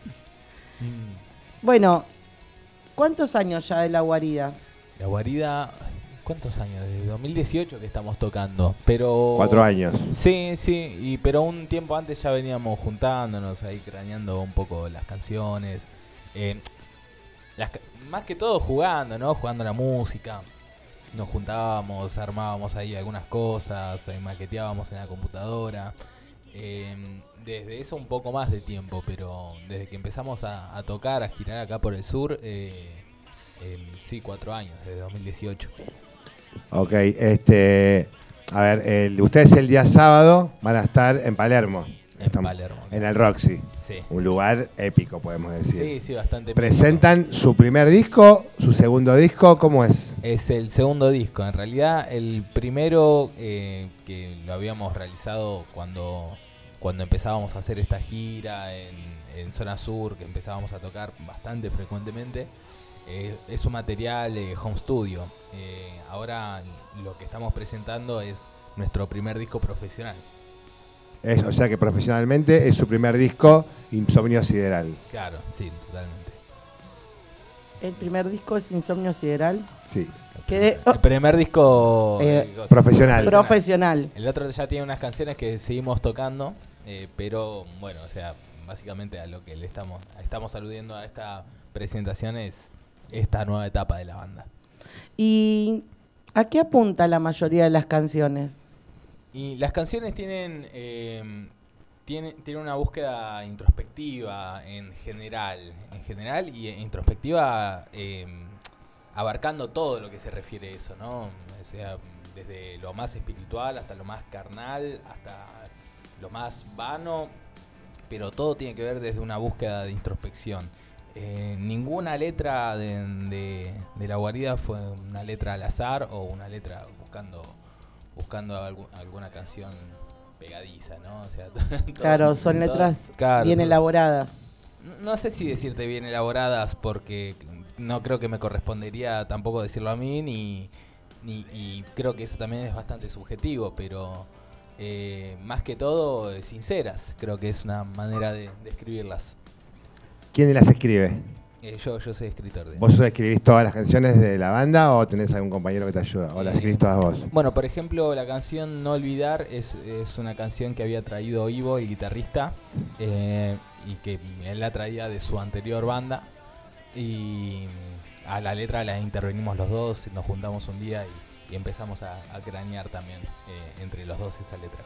Bueno, ¿cuántos años ya de la guarida? La guarida, ¿cuántos años? Desde 2018 que estamos tocando, pero... 4 años. Sí, pero un tiempo antes ya veníamos juntándonos ahí, craneando un poco las canciones. Más que todo jugando, ¿no? Jugando la música. Nos juntábamos, armábamos ahí algunas cosas, maqueteábamos en la computadora. Desde eso un poco más de tiempo, pero desde que empezamos a tocar, a girar acá por el sur, sí, 4 años, desde 2018. Ok, a ver, ustedes el día sábado van a estar en Palermo. En el Roxy. Sí. Un lugar épico, podemos decir. Sí, bastante. ¿Presentan su primer disco, su segundo disco? ¿Cómo es? Es el segundo disco. En realidad, el primero que lo habíamos realizado cuando empezábamos a hacer esta gira en Zona Sur, que empezábamos a tocar bastante frecuentemente, es un material home studio. Ahora lo que estamos presentando es nuestro primer disco profesional. O sea que profesionalmente es su primer disco, Insomnio Sideral. Claro, sí, totalmente. ¿El primer disco es Insomnio Sideral? Sí. El primer disco profesional. El otro ya tiene unas canciones que seguimos tocando, pero bueno, o sea, básicamente a lo que le estamos aludiendo a esta presentación es esta nueva etapa de la banda. ¿Y a qué apunta la mayoría de las canciones? Y las canciones tienen una búsqueda introspectiva en general y introspectiva abarcando todo lo que se refiere a eso, ¿no? O sea, desde lo más espiritual hasta lo más carnal, hasta lo más vano, pero todo tiene que ver desde una búsqueda de introspección. Ninguna letra de La Guarida fue una letra al azar o una letra buscando alguna canción pegadiza, ¿no? O sea, claro, son letras bien elaboradas. No sé si decirte bien elaboradas porque no creo que me correspondería tampoco decirlo a mí, ni creo que eso también es bastante subjetivo, pero más que todo sinceras, creo que es una manera de escribirlas. ¿Quién las escribe? Yo soy escritor de... ¿Vos escribís todas las canciones de la banda o tenés algún compañero que te ayuda? ¿O las escribís todas vos? Bueno, por ejemplo, la canción No Olvidar es una canción que había traído Ivo, el guitarrista, y que él la traía de su anterior banda. Y a la letra la intervenimos los dos, nos juntamos un día y empezamos a cranear también entre los dos esa letra.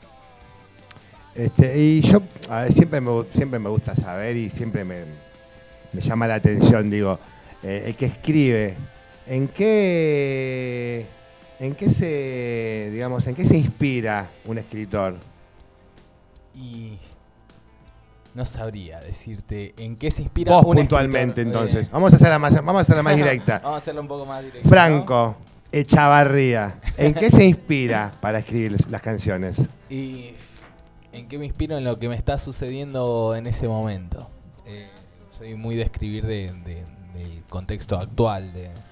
Y yo, a ver, siempre me gusta saber y siempre me llama la atención, digo, el que escribe, ¿en qué se inspira un escritor? Y no sabría decirte en qué se inspira vos un puntualmente, escritor. Entonces. Vamos a hacerla más directa. Vamos a hacerla un poco más directa. Franco, ¿no? Echavarría, ¿en qué se inspira para escribir las canciones? Y en qué me inspiro, en lo que me está sucediendo en ese momento. Soy muy de escribir del contexto actual.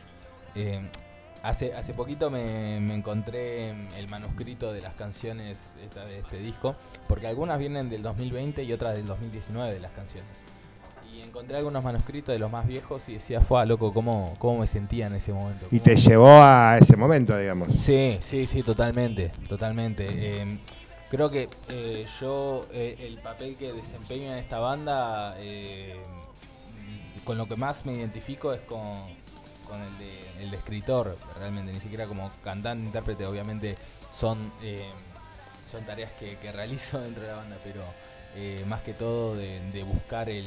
Hace poquito me encontré el manuscrito de las canciones de este disco, porque algunas vienen del 2020 y otras del 2019 de las canciones. Y encontré algunos manuscritos de los más viejos y decía, fue loco, cómo me sentía en ese momento. Y te llevó a ese momento, digamos. Sí, totalmente. Creo que yo, el papel que desempeño en esta banda, con lo que más me identifico es con el de escritor, realmente, ni siquiera como cantante, intérprete, obviamente son tareas que realizo dentro de la banda, pero más que todo de buscar el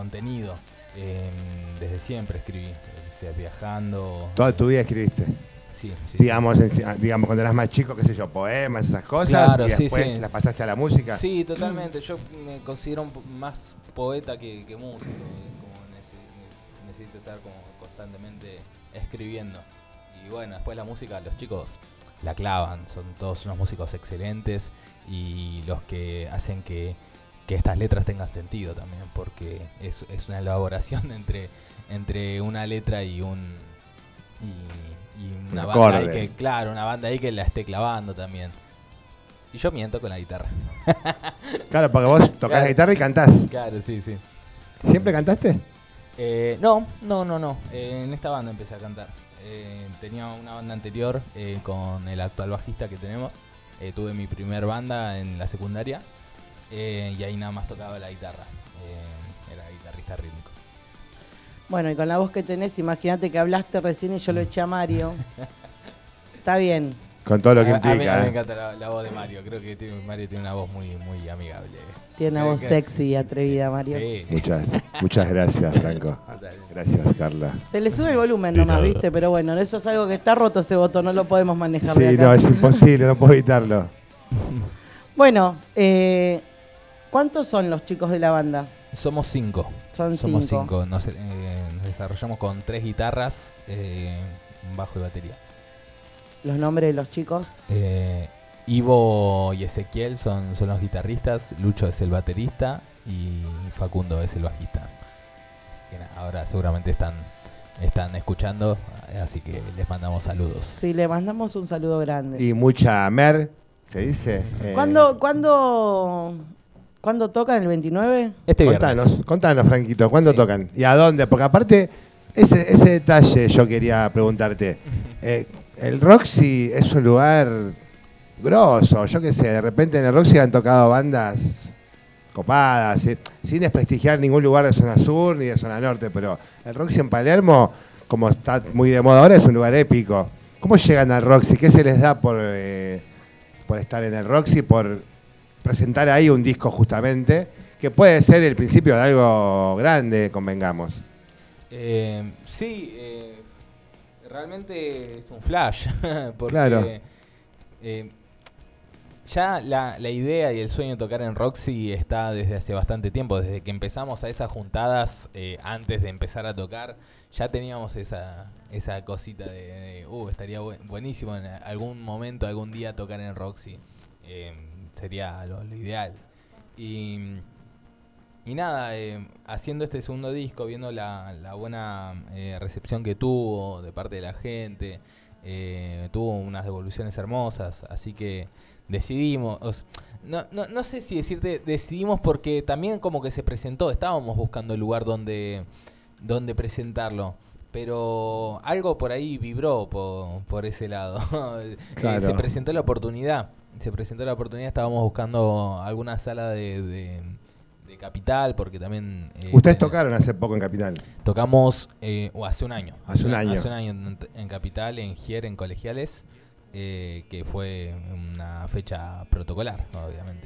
contenido. Desde siempre escribí, o sea, viajando. ¿Toda tu vida escribiste? Sí, sí, digamos, digamos, cuando eras más chico, qué sé yo, poemas, esas cosas, Claro, y sí, después sí. las pasaste a la música. Sí, totalmente. Yo me considero más poeta que músico. Como necesito estar como constantemente escribiendo. Y bueno, después la música, los chicos la clavan. Son todos unos músicos excelentes y los que hacen que estas letras tengan sentido también, porque es una elaboración entre una letra y una Un banda ahí acorde. que, claro, una banda ahí que la esté clavando también. Y yo miento con la guitarra. Claro, porque vos tocás Claro. la guitarra y cantás. Claro, sí, sí. ¿Siempre cantaste? No. En esta banda empecé a cantar. Tenía una banda anterior con el actual bajista que tenemos. Tuve mi primer banda en la secundaria y ahí nada más tocaba la guitarra. Era guitarrista rítmico. Bueno, y con la voz que tenés, imagínate que hablaste recién y yo lo eché a Mario. Está bien. Con todo lo que A mí implica. me encanta la voz de Mario. Creo que Mario tiene una voz muy, muy amigable. Tiene una voz sexy y atrevida, Mario. Sí. Muchas gracias, Franco. Gracias, Carla. Se le sube el volumen nomás, ¿viste? Pero bueno, eso es algo que está roto ese botón, no lo podemos manejar de Sí, acá. no, es imposible, no puedo evitarlo. Bueno, ¿cuántos son los chicos de la banda? Somos 5. Somos Somos cinco. 5. Nos desarrollamos con 3 guitarras, un bajo y batería. Los nombres de los chicos. Ivo y Ezequiel son los guitarristas, Lucho es el baterista y Facundo es el bajista. Así que nada, ahora seguramente están escuchando, así que les mandamos saludos. Sí, le mandamos un saludo grande. Y mucha mer, ¿se dice? ¿Cuándo tocan el 29? Este viernes. Contanos, Franquito, ¿cuándo Sí. tocan? ¿Y a dónde? Porque aparte, ese detalle yo quería preguntarte. El Roxy es un lugar grosso, yo qué sé, de repente en el Roxy han tocado bandas copadas, sin desprestigiar ningún lugar de zona sur ni de zona norte, pero el Roxy en Palermo, como está muy de moda ahora, es un lugar épico. ¿Cómo llegan al Roxy? ¿Qué se les da por estar en el Roxy, por presentar ahí un disco justamente, que puede ser el principio de algo grande, convengamos? Sí, realmente es un flash, porque Claro. Ya la idea y el sueño de tocar en Roxy está desde hace bastante tiempo, desde que empezamos a esas juntadas, antes de empezar a tocar, ya teníamos esa cosita de estaría buenísimo en algún momento, algún día tocar en Roxy, sería lo ideal. Y nada, haciendo este segundo disco, viendo la buena recepción que tuvo de parte de la gente, tuvo unas devoluciones hermosas, así que decidimos, no sé si decirte decidimos porque también como que se presentó, estábamos buscando el lugar donde presentarlo, pero algo por ahí vibró por ese lado. Claro. Se presentó la oportunidad, estábamos buscando alguna sala de Capital, porque también... Ustedes tocaron hace poco en Capital. Tocamos hace un año. Hace un año. Hace un año en Capital, en Gier, en Colegiales, que fue una fecha protocolar, obviamente.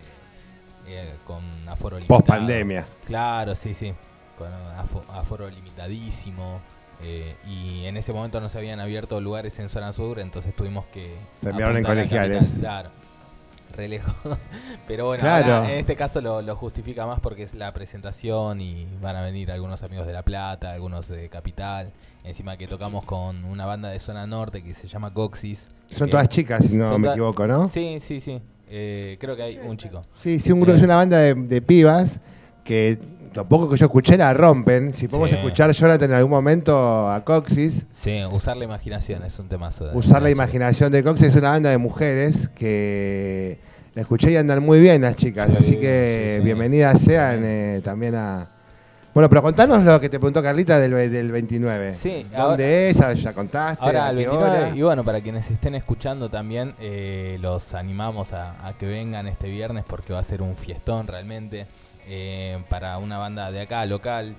Con aforo limitado. Post pandemia. Claro, sí. Con aforo limitadísimo. Y en ese momento no se habían abierto lugares en zona sur, entonces tuvimos que... Terminaron en apuntar a Colegiales. Capital, claro. Re lejos. Pero bueno, Claro. ahora, en este caso lo justifica más porque es la presentación y van a venir algunos amigos de La Plata, algunos de Capital. Encima que tocamos con una banda de zona norte que se llama Coxis. Son que todas chicas, si no son me todas- equivoco, ¿no? Sí. Creo que hay un chico. Sí, un grupo, es una banda de pibas que lo poco que yo escuché la rompen. Si podemos Sí. escuchar, Jonathan, en algún momento a Coxis. Sí, usar la imaginación es un temazo. Usar la imaginación de Coxis, es una banda de mujeres que la escuché y andan muy bien las chicas. Sí, así que sí. bienvenidas sean también a... Bueno, pero contanos lo que te preguntó Carlita del 29. Sí, ¿Dónde es? Ya contaste. Ahora ¿a al qué 29, hora? y bueno, para quienes estén escuchando también, los animamos a que vengan este viernes porque va a ser un fiestón realmente. Para una banda de acá, local,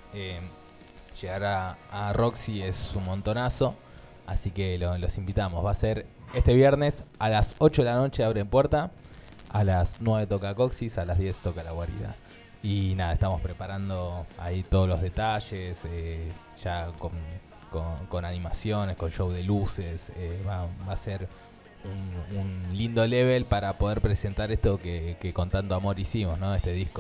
llegar a Roxy es un montonazo, así que los invitamos. Va a ser este viernes a las 8 de la noche, abren puerta, a las 9 toca Coxis, a las 10 toca La Guarida. Y nada, estamos preparando ahí todos los detalles, ya con con animaciones, con show de luces. Va a ser un lindo level para poder presentar esto que con tanto amor hicimos, ¿no? Este disco.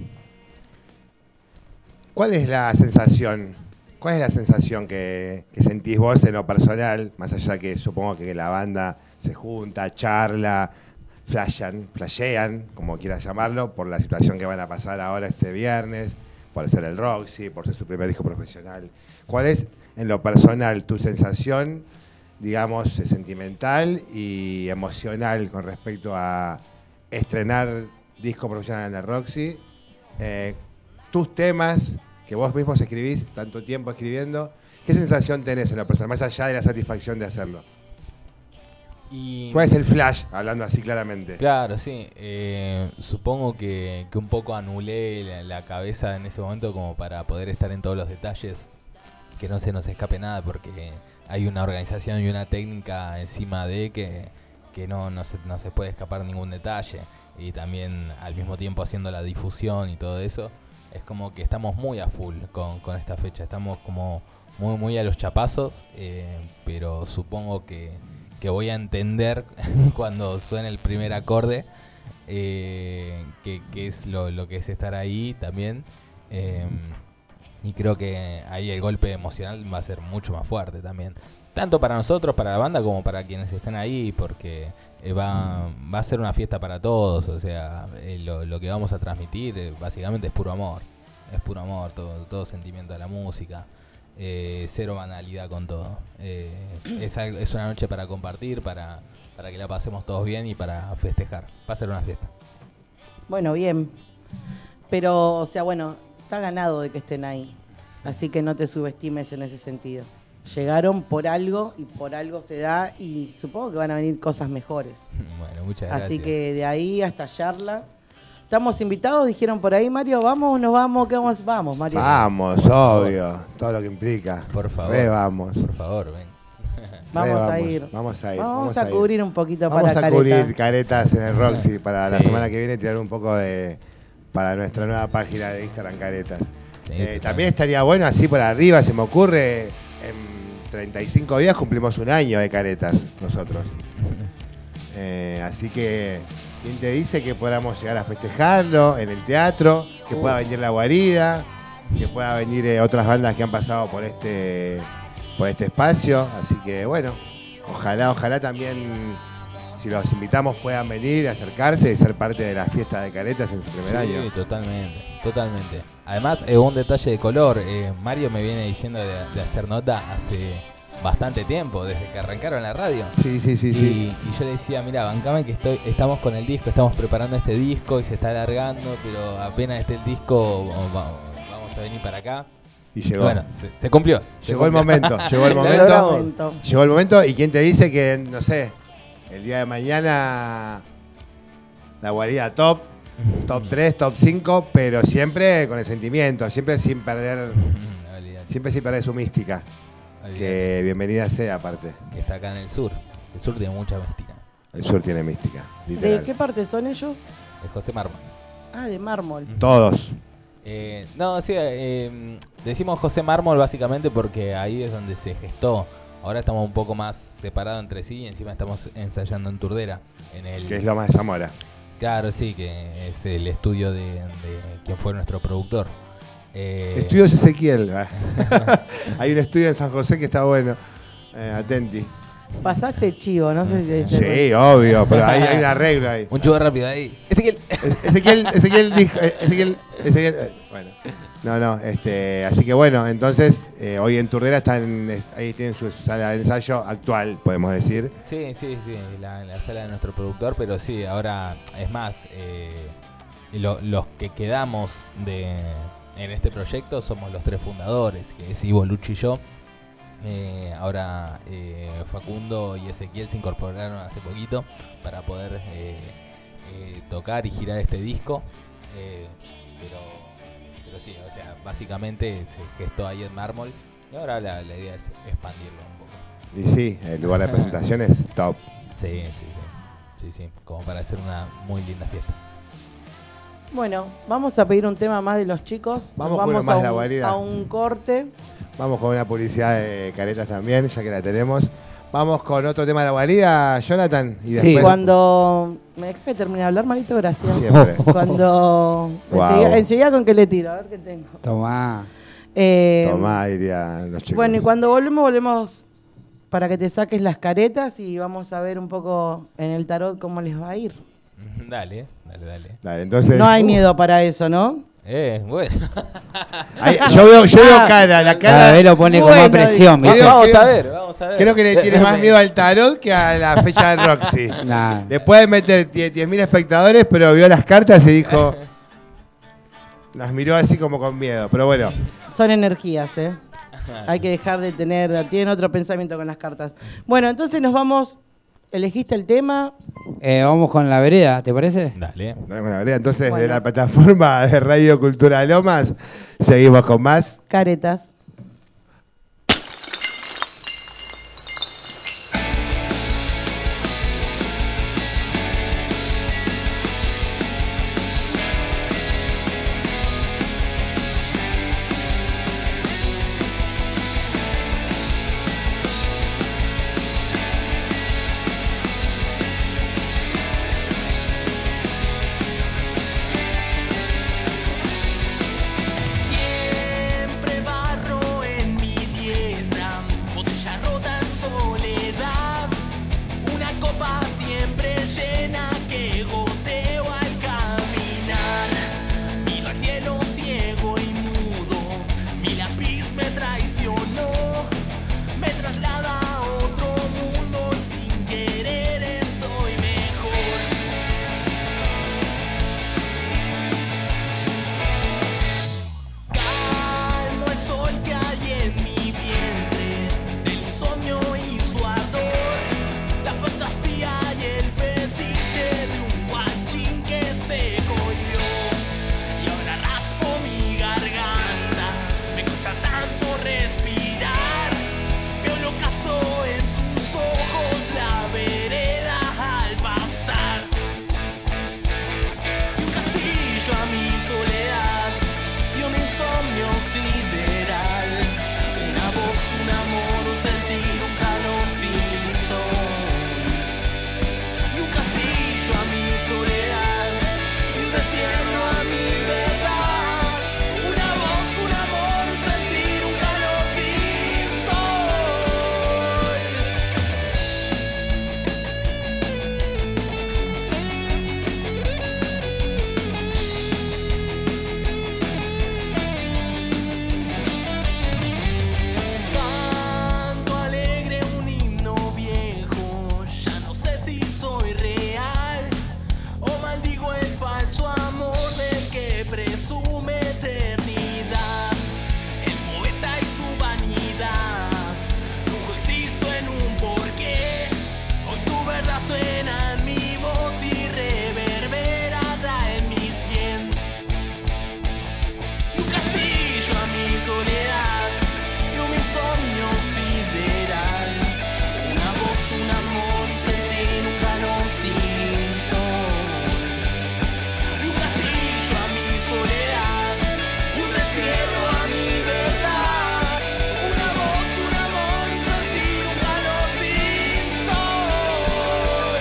¿Cuál es la sensación? ¿Cuál es la sensación que sentís vos en lo personal? Más allá que supongo que la banda se junta, charla, flashean, como quieras llamarlo, por la situación que van a pasar ahora este viernes, por ser el Roxy, por ser su primer disco profesional. ¿Cuál es, en lo personal, tu sensación, digamos, sentimental y emocional con respecto a estrenar disco profesional en el Roxy? Tus temas que vos mismos escribís, tanto tiempo escribiendo, ¿qué sensación tenés en lo personal, más allá de la satisfacción de hacerlo? ¿Cuál es el flash, hablando así claramente? Claro, sí. Supongo que un poco anulé la cabeza en ese momento como para poder estar en todos los detalles, que no se nos escape nada, porque hay una organización y una técnica encima de que no se puede escapar ningún detalle. Y también al mismo tiempo haciendo la difusión y todo eso, es como que estamos muy a full con esta fecha. Estamos como muy a los chapazos, pero supongo que voy a entender cuando suene el primer acorde, que es lo que es estar ahí también. Y creo que ahí el golpe emocional va a ser mucho más fuerte también. Tanto para nosotros, para la banda, como para quienes estén ahí, porque va a ser una fiesta para todos. O sea, lo que vamos a transmitir básicamente es puro amor. Es puro amor, todo sentimiento de la música. Cero banalidad con todo. Es una noche para compartir, para que la pasemos todos bien y para festejar. Va a ser una fiesta. Bueno, bien. Pero, o sea, bueno, está ganado de que estén ahí. Así que no te subestimes en ese sentido. Llegaron por algo y por algo se da y supongo que van a venir cosas mejores. Bueno, muchas gracias. Así que de ahí hasta Charla. ¿Estamos invitados? Dijeron por ahí, Mario, ¿vamos? ¿Nos vamos? ¿Qué vamos? Vamos, Mario. Vamos, obvio. Todo lo que implica. Por favor. Vamos. Por favor, ven. Vamos a ir. Vamos a cubrir un poquito para Caretas. Vamos a cubrir Caretas en el Roxy para la semana que viene, tirar un poco para nuestra nueva página de Instagram Caretas. Sí, también estaría bueno, así por arriba, se me ocurre, en 35 días cumplimos un año de Caretas nosotros. Así que, ¿quién te dice que podamos llegar a festejarlo en el teatro? Que pueda venir La Guarida, que pueda venir otras bandas que han pasado por este espacio. Así que, bueno, ojalá también, si los invitamos, puedan venir, acercarse y ser parte de la fiesta de Caretas en su primer año. Sí, totalmente. Además, un detalle de color. Mario me viene diciendo de hacer nota hace bastante tiempo, desde que arrancaron la radio. Sí. Y yo le decía, mira, bancame que estamos con el disco, estamos preparando este disco y se está alargando, pero apenas esté el disco vamos a venir para acá. Y llegó. Bueno, se cumplió. Llegó el momento. Llegó el momento. ¿Y quién te dice que, no sé, el día de mañana La Guarida top 3, top 5, pero siempre con el sentimiento, siempre sin perder su mística? Que bienvenida sea, aparte. Está acá en el sur. El sur tiene mucha mística. El sur tiene mística, literal. ¿De qué parte son ellos? De José Mármol. Ah, de Mármol. Todos. Decimos José Mármol básicamente porque ahí es donde se gestó. Ahora estamos un poco más separados entre sí y encima estamos ensayando en Turdera. Que es Lomas de Zamora. Claro, sí, que es el estudio de quien fue nuestro productor. Estudio Ezequiel. Hay un estudio en San José que está bueno. Atenti. Pasaste chivo, no sé si... Sí, obvio, pero hay un arreglo ahí. Un chivo rápido ahí. Ezequiel. Bueno. No, así que bueno, entonces hoy en Turdera ahí tienen su sala de ensayo actual, podemos decir. Sí, la sala de nuestro productor, pero sí, ahora es más, los que quedamos en este proyecto somos los 3 fundadores, que es Ivo, Lucho y yo. Ahora Facundo y Ezequiel se incorporaron hace poquito para poder tocar y girar este disco, pero sí, o sea, básicamente se gestó ahí en Mármol y ahora la idea es expandirlo un poco. Y sí, el lugar de presentación es top. Sí, como para hacer una muy linda fiesta. Bueno, vamos a pedir un tema más de los chicos. Vamos con más de La Guarida. A un corte. Vamos con una publicidad de Caretas también, ya que la tenemos. Vamos con otro tema de la guarida, Jonathan. Y Sí. después, Cuando... ¿Me dejas que termine de hablar, Marito? Gracias. Siempre. Cuando... Wow. Enseguida con qué le tiro, a ver qué tengo. Tomá. Tomá, dirían los chicos. Bueno, y cuando volvemos para que te saques las caretas y vamos a ver un poco en el tarot cómo les va a ir. Dale. Dale, entonces. No hay miedo para eso, ¿no? Bueno. Ahí, yo veo cara, la Cada cara. vez lo pone con Bueno, más presión. creo- ¿viste? Vamos a ver. Creo que le tienes más miedo al tarot que a la fecha de Roxy. Nah. Le pueden meter 10.000 espectadores, pero vio las cartas y dijo. Las miró así como con miedo, pero bueno. Son energías, ¿eh? Hay que dejar de tienen otro pensamiento con las cartas. Bueno, entonces nos vamos, elegiste el tema. Vamos con la vereda, ¿te parece? Dale. Dale con la vereda. Entonces, Bueno. de la plataforma de Radio Cultura Lomas, seguimos con más. Caretas. Siempre barro en mi diestra, botella rota en soledad, una copa siempre llena que goteo al caminar. Miro al cielo ciego y mudo, mi lápiz me traicionó, me traslada a otro mundo, sin querer estoy mejor. Calmo el sol que hay en mi vientre, del insomnio y su ardor, la fantasía y el fetiche de un guachín que se cohibió. Y ahora raspo mi garganta, me cuesta tanto respirar. Veo el ocaso en tus ojos, la vereda al pasar. Y un castillo a mi soledad y un insomnio sideral, una voz, un amor, un sentir, un calor sin sol. Y un castillo a mi soledad y un destierro a mi verdad, una voz, un amor, un sentir, un calor sin sol. Canto alegre un himno viejo, ya no sé si soy real o maldigo el falso amor del que presume eternidad. El poeta y su vanidad, nunca existo en un porqué. Hoy tu verdad suena en mi voz y reverberada en mi sien. Y un castillo a mi soledad y un insomnio sideral, una voz, un amor, un sentir, un calor sin sol. Y un castillo a mi soledad y un destierro a mi verdad, una voz, un amor, un sentir, un calor sin sol.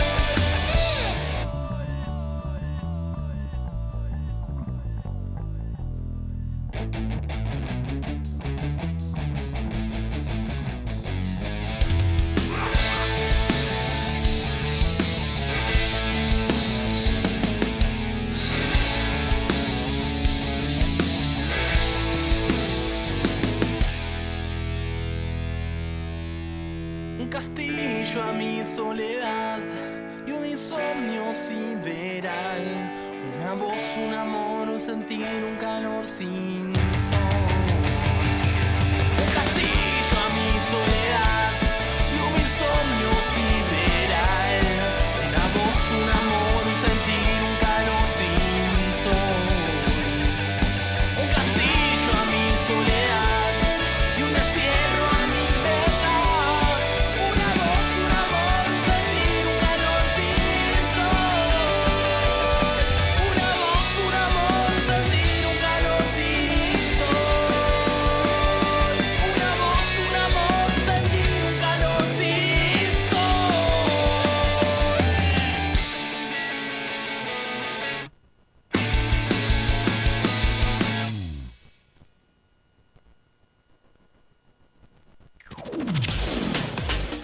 Un castillo a mi soledad y un insomnio sideral, una voz, un amor, un sentir, un calor sin sol. Un castillo a mi soledad y un insomnio sideral, una voz, un amor, un sentir, un calor sin sol. Un castillo a mi soledad y un destierro a mi verdad, una voz, un amor, un sentir, un calor sin sol. Una voz, un amor, un sentir, un calor sin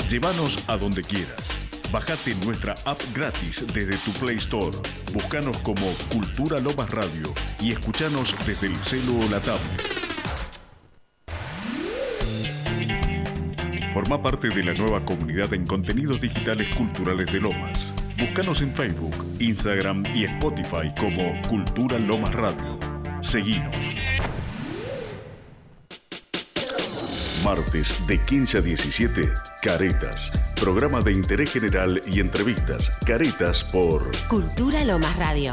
Llévanos a donde quieras. Bájate nuestra app gratis desde tu Play Store. Búscanos como Cultura Lomas Radio y escuchanos desde el celu o la tablet. Forma parte de la nueva comunidad en contenidos digitales culturales de Lomas. Búscanos en Facebook, Instagram y Spotify como Cultura Lomas Radio. Seguinos. Martes de 15 a 17, Caretas. Programa de interés general y entrevistas. Caretas por Cultura Lomas Radio.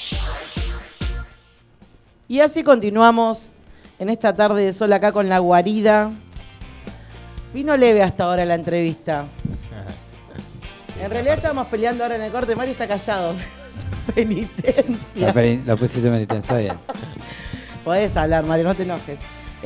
Y así continuamos en esta tarde de sol acá con La Guarida. Vino leve hasta ahora la entrevista. En realidad estamos peleando ahora en el corte. Mario está callado. Penitencia. Lo pusiste penitencia, está bien. Podés hablar, Mario, no te enojes.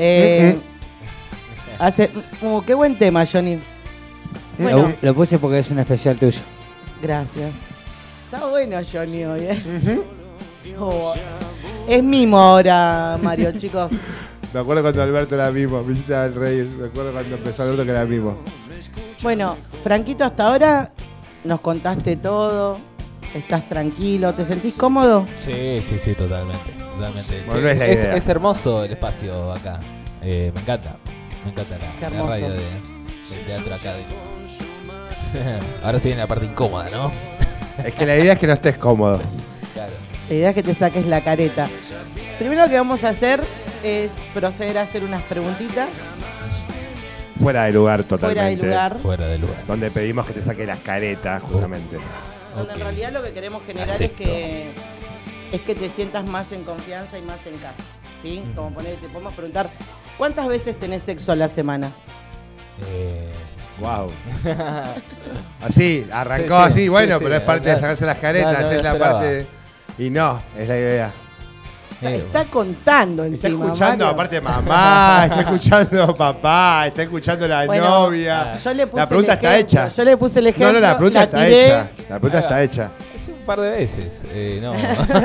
Qué buen tema, Johnny. Bueno, Lo puse porque es un especial tuyo. gracias. Está bueno, Johnny, hoy, ¿eh? Oh, es mimo ahora, Mario, chicos. Me acuerdo cuando Alberto era mimo, me hiciste al reír. Me acuerdo cuando empezó Alberto que era mimo. Bueno, Franquito, hasta ahora nos contaste todo. ¿Estás tranquilo? ¿Te sentís cómodo? Sí, totalmente. Bueno, no es la idea. Es hermoso el espacio acá. Me encanta la hermoso. radio del teatro acá de Ahora se viene la parte incómoda, ¿no? Es que la idea es que no estés cómodo. Claro. La idea es que te saques la careta. Primero que vamos a hacer es proceder a hacer unas preguntitas. Fuera de lugar totalmente. Fuera de lugar. Donde pedimos que te saques las caretas, justamente. Donde en realidad lo que queremos generar Acepto. es que te sientas más en confianza y más en casa. ¿Sí? Como poner, te podemos preguntar, ¿cuántas veces tenés sexo a la semana? Wow. Así, arrancó Sí, así, bueno, sí, pero es parte de sacarse las caretas, no es la esperaba. parte. Y no, es la idea. Está contando Está encima, escuchando, Mario. aparte mamá, está escuchando papá, está escuchando la Bueno, novia. Yo le puse La pregunta el está ejemplo, hecha. Yo le puse el ejemplo. No, la pregunta está tiré. hecha. La pregunta está hecha. Es un par de veces. No.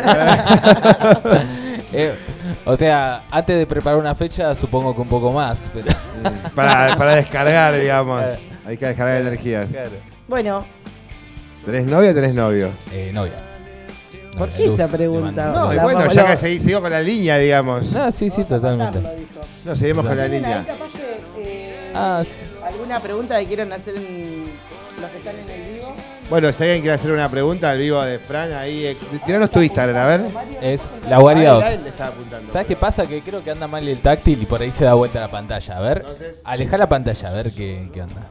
O sea, antes de preparar una fecha, supongo que un poco más. Pero... Para descargar, digamos. Hay que descargar energías. Claro. Bueno, ¿Tenés novia o tenés novio? Novia. ¿por qué esa pregunta? No, y La bueno, vamos- ya la- que sigo con la línea, digamos. No, sí, totalmente. Lo dijo. No, seguimos con la ¿Tienen ahí línea. capaz que, Sí. ¿alguna pregunta que quieran hacer los que están en el vivo? Bueno, si alguien quiere hacer una pregunta al vivo de Fran, ahí. Tiranos tu Instagram, a ver. Es la guarida. Ah, él le estaba apuntando. ¿Sabes qué pasa? Que creo que anda mal el táctil y por ahí se da vuelta la pantalla. A ver, Entonces- aleja la pantalla, a ver qué onda.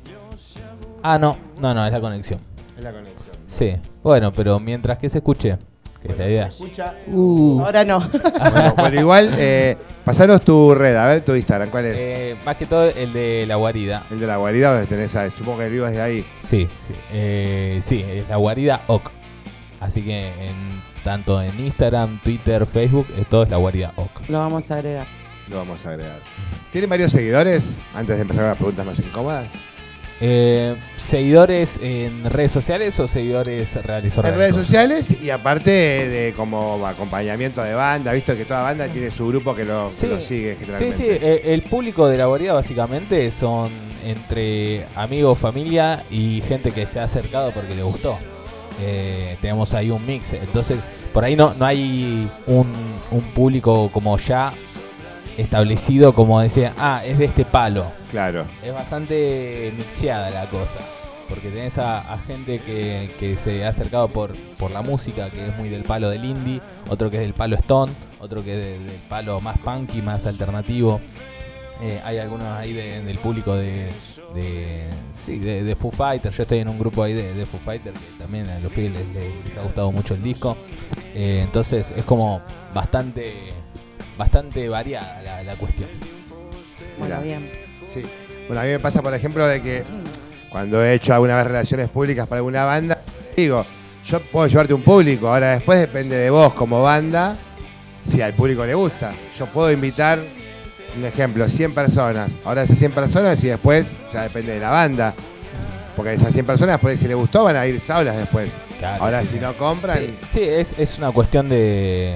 Ah, no, es la conexión. Es la conexión. Sí, bueno, pero mientras que se escuche, que es la idea. Escucha. Ahora no. Bueno, igual, pasanos tu red, a ver tu Instagram, ¿cuál es? Más que todo el de la guarida. El de la guarida, donde tenés a, supongo que el vivo es de ahí. Sí, es la guarida OK. Así que tanto en Instagram, Twitter, Facebook, todo es la guarida OK. Lo vamos a agregar. Lo vamos a agregar. ¿Tienen varios seguidores? Antes de empezar con las preguntas más incómodas. ¿Seguidores en redes sociales o seguidores reales En orgánicos? redes sociales y aparte de como acompañamiento de banda, visto que toda banda tiene su grupo que lo sigue Sí, generalmente. el público de la guarida básicamente son entre amigos, familia y gente que se ha acercado porque le gustó. Tenemos ahí un mix, entonces por ahí no hay un público como ya establecido como decía, es de este palo. Claro. Es bastante mixeada la cosa, porque tenés a gente que se ha acercado por la música, que es muy del palo del indie, otro que es del palo stone, otro que es del palo más punky, más alternativo. Hay algunos ahí del público de Foo Fighters. Yo estoy en un grupo ahí de Foo Fighters que también a los pibes les ha gustado mucho el disco. Entonces es como bastante variada la cuestión. Bueno, Mirá. bien. Sí. Bueno, a mí me pasa, por ejemplo, de que cuando he hecho alguna vez relaciones públicas para alguna banda, digo, yo puedo llevarte un público, ahora después depende de vos como banda, si al público le gusta. Yo puedo invitar, un ejemplo, 100 personas, ahora esas 100 personas y después ya depende de la banda. Porque esas 100 personas, por ahí si les gustó, van a ir solas después. Claro, Ahora, sí, si sí. no compran, Sí, es una cuestión de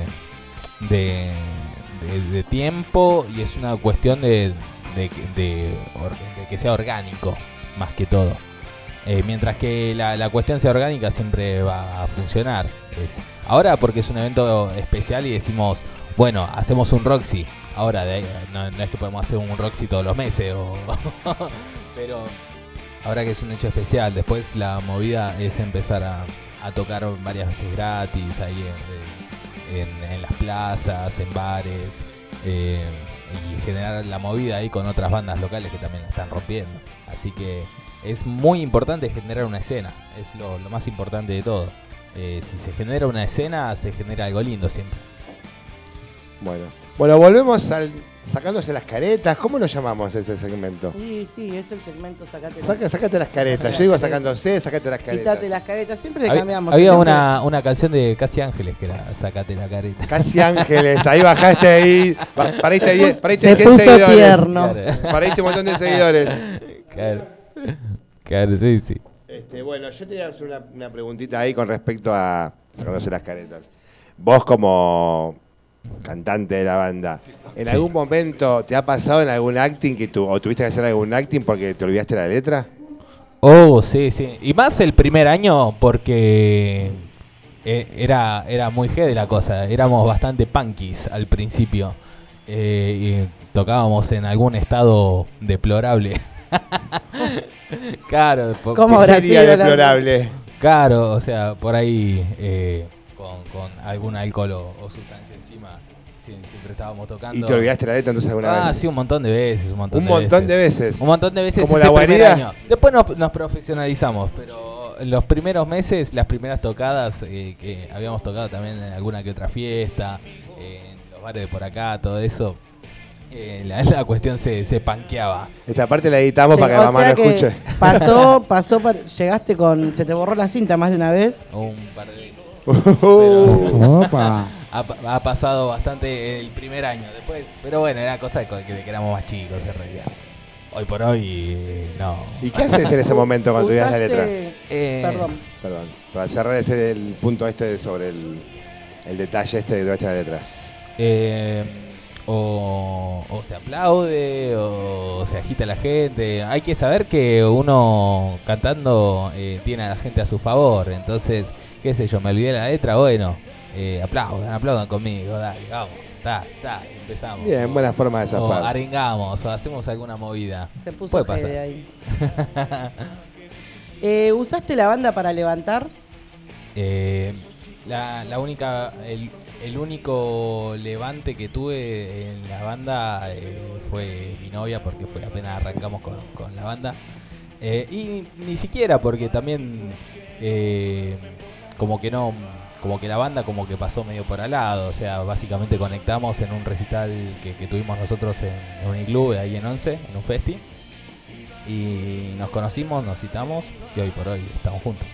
tiempo y es una cuestión de que sea orgánico. más que todo. Mientras que la cuestión sea orgánica siempre va a funcionar. Ahora porque es un evento especial y decimos, bueno, hacemos un Roxy. Ahora no es que podemos hacer un Roxy todos los meses, pero ahora que es un hecho especial, después la movida es empezar a tocar varias veces gratis ahí en las plazas, en bares, y generar la movida ahí con otras bandas locales que también la están rompiendo. Así que es muy importante generar una escena, es lo más importante de todo. Si se genera una escena, se genera algo lindo siempre. Bueno, volvemos al sacándose las caretas. ¿Cómo lo llamamos este segmento? Sí, es el segmento Sácate las caretas. Yo digo sacándose, sácate las caretas. Quítate las caretas, siempre le cambiamos. Había siempre... una canción de Casi Ángeles que era Sácate la careta. Casi Ángeles, ahí bajaste ahí. Paraíste 10 se 100 puso seguidores. tierno. Paraíste un montón de seguidores. Claro, sí. Bueno, yo te voy a hacer una preguntita ahí con respecto a sacándose las caretas. Vos como cantante de la banda, ¿en algún momento te ha pasado en algún acting o tuviste que hacer algún acting porque te olvidaste la letra? Oh, sí. Y más el primer año porque era muy heavy la cosa. Éramos bastante punkis al principio. Y tocábamos en algún estado deplorable. Claro. ¿Cómo habrá sería sido deplorable? Claro, o sea, por ahí con algún alcohol o sustancia encima siempre estábamos tocando. ¿Y te olvidaste la letra entonces alguna vez? Sí, un montón de veces. ¿Un montón de veces? Un montón de veces. ¿Como ese la primer guarida? año. Después nos profesionalizamos, pero los primeros meses, las primeras tocadas que habíamos tocado también en alguna que otra fiesta, en los bares de por acá, todo eso, la cuestión se panqueaba. Esta parte la editamos para que o mamá sea no que escuche. Llegaste se te borró la cinta más de una vez. Un par de veces. Pero Opa. ha pasado bastante el primer año después, pero bueno, era cosa de que éramos más chicos en realidad. Hoy por hoy, no. ¿Y qué haces en ese momento cuando te olvidas la letra? Perdón. Para cerrar el punto sobre el detalle de que te olvidaste la letra. O se aplaude o se agita la gente. Hay que saber que uno cantando tiene a la gente a su favor. Entonces, qué sé yo, me olvidé la letra, bueno, aplaudan conmigo, dale, vamos, empezamos. Bien, buena forma de zafar. O arengamos o hacemos alguna movida. Se puso Puede pasar. ahí. ¿Usaste la banda para levantar? La única, el único levante que tuve en la banda fue mi novia, porque fue apenas arrancamos con la banda. Y ni siquiera porque también como que la banda como que pasó medio por al lado. O sea, básicamente conectamos en un recital que tuvimos nosotros en un iglú ahí en Once, en un festi. Y nos conocimos, nos citamos y hoy por hoy estamos juntos.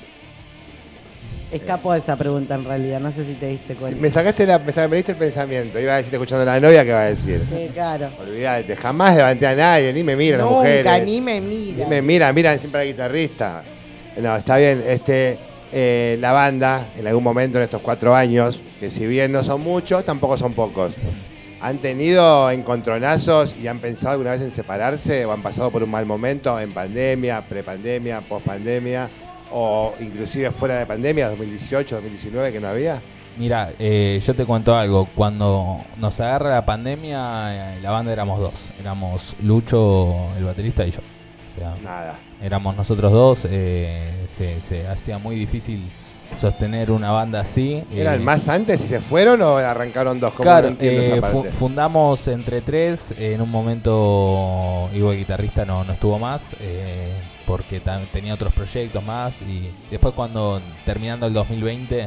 Escapó esa pregunta en realidad, no sé si te diste cuenta. Me diste el pensamiento. Iba a decirte escuchando a la novia, ¿qué va a decir? Claro. Olvídate, jamás levanté a nadie, ni me miran las mujeres. Nunca, ni me miran. Ni me miran siempre al guitarrista. No, está bien. La banda, en algún momento en estos 4 años, que si bien no son muchos, tampoco son pocos, ¿han tenido encontronazos y han pensado alguna vez en separarse o han pasado por un mal momento en pandemia, prepandemia, pospandemia o inclusive fuera de pandemia, 2018, 2019 que no había? Mira, yo te cuento algo. Cuando nos agarra la pandemia, la banda éramos 2. Éramos Lucho, el baterista, y yo. O sea, nada. Éramos nosotros dos. Se hacía muy difícil sostener una banda así. ¿Eran más antes y se fueron o arrancaron 2? Claro, no entiendo esa parte. Fundamos entre 3. En un momento Ivo, el guitarrista, no estuvo más. Porque tenía otros proyectos más. Y después cuando terminando el 2020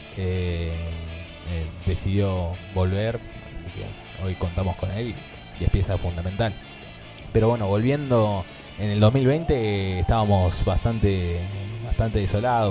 decidió volver. Así que hoy contamos con él y es pieza fundamental. Pero bueno, volviendo en el 2020 estábamos bastante desolados.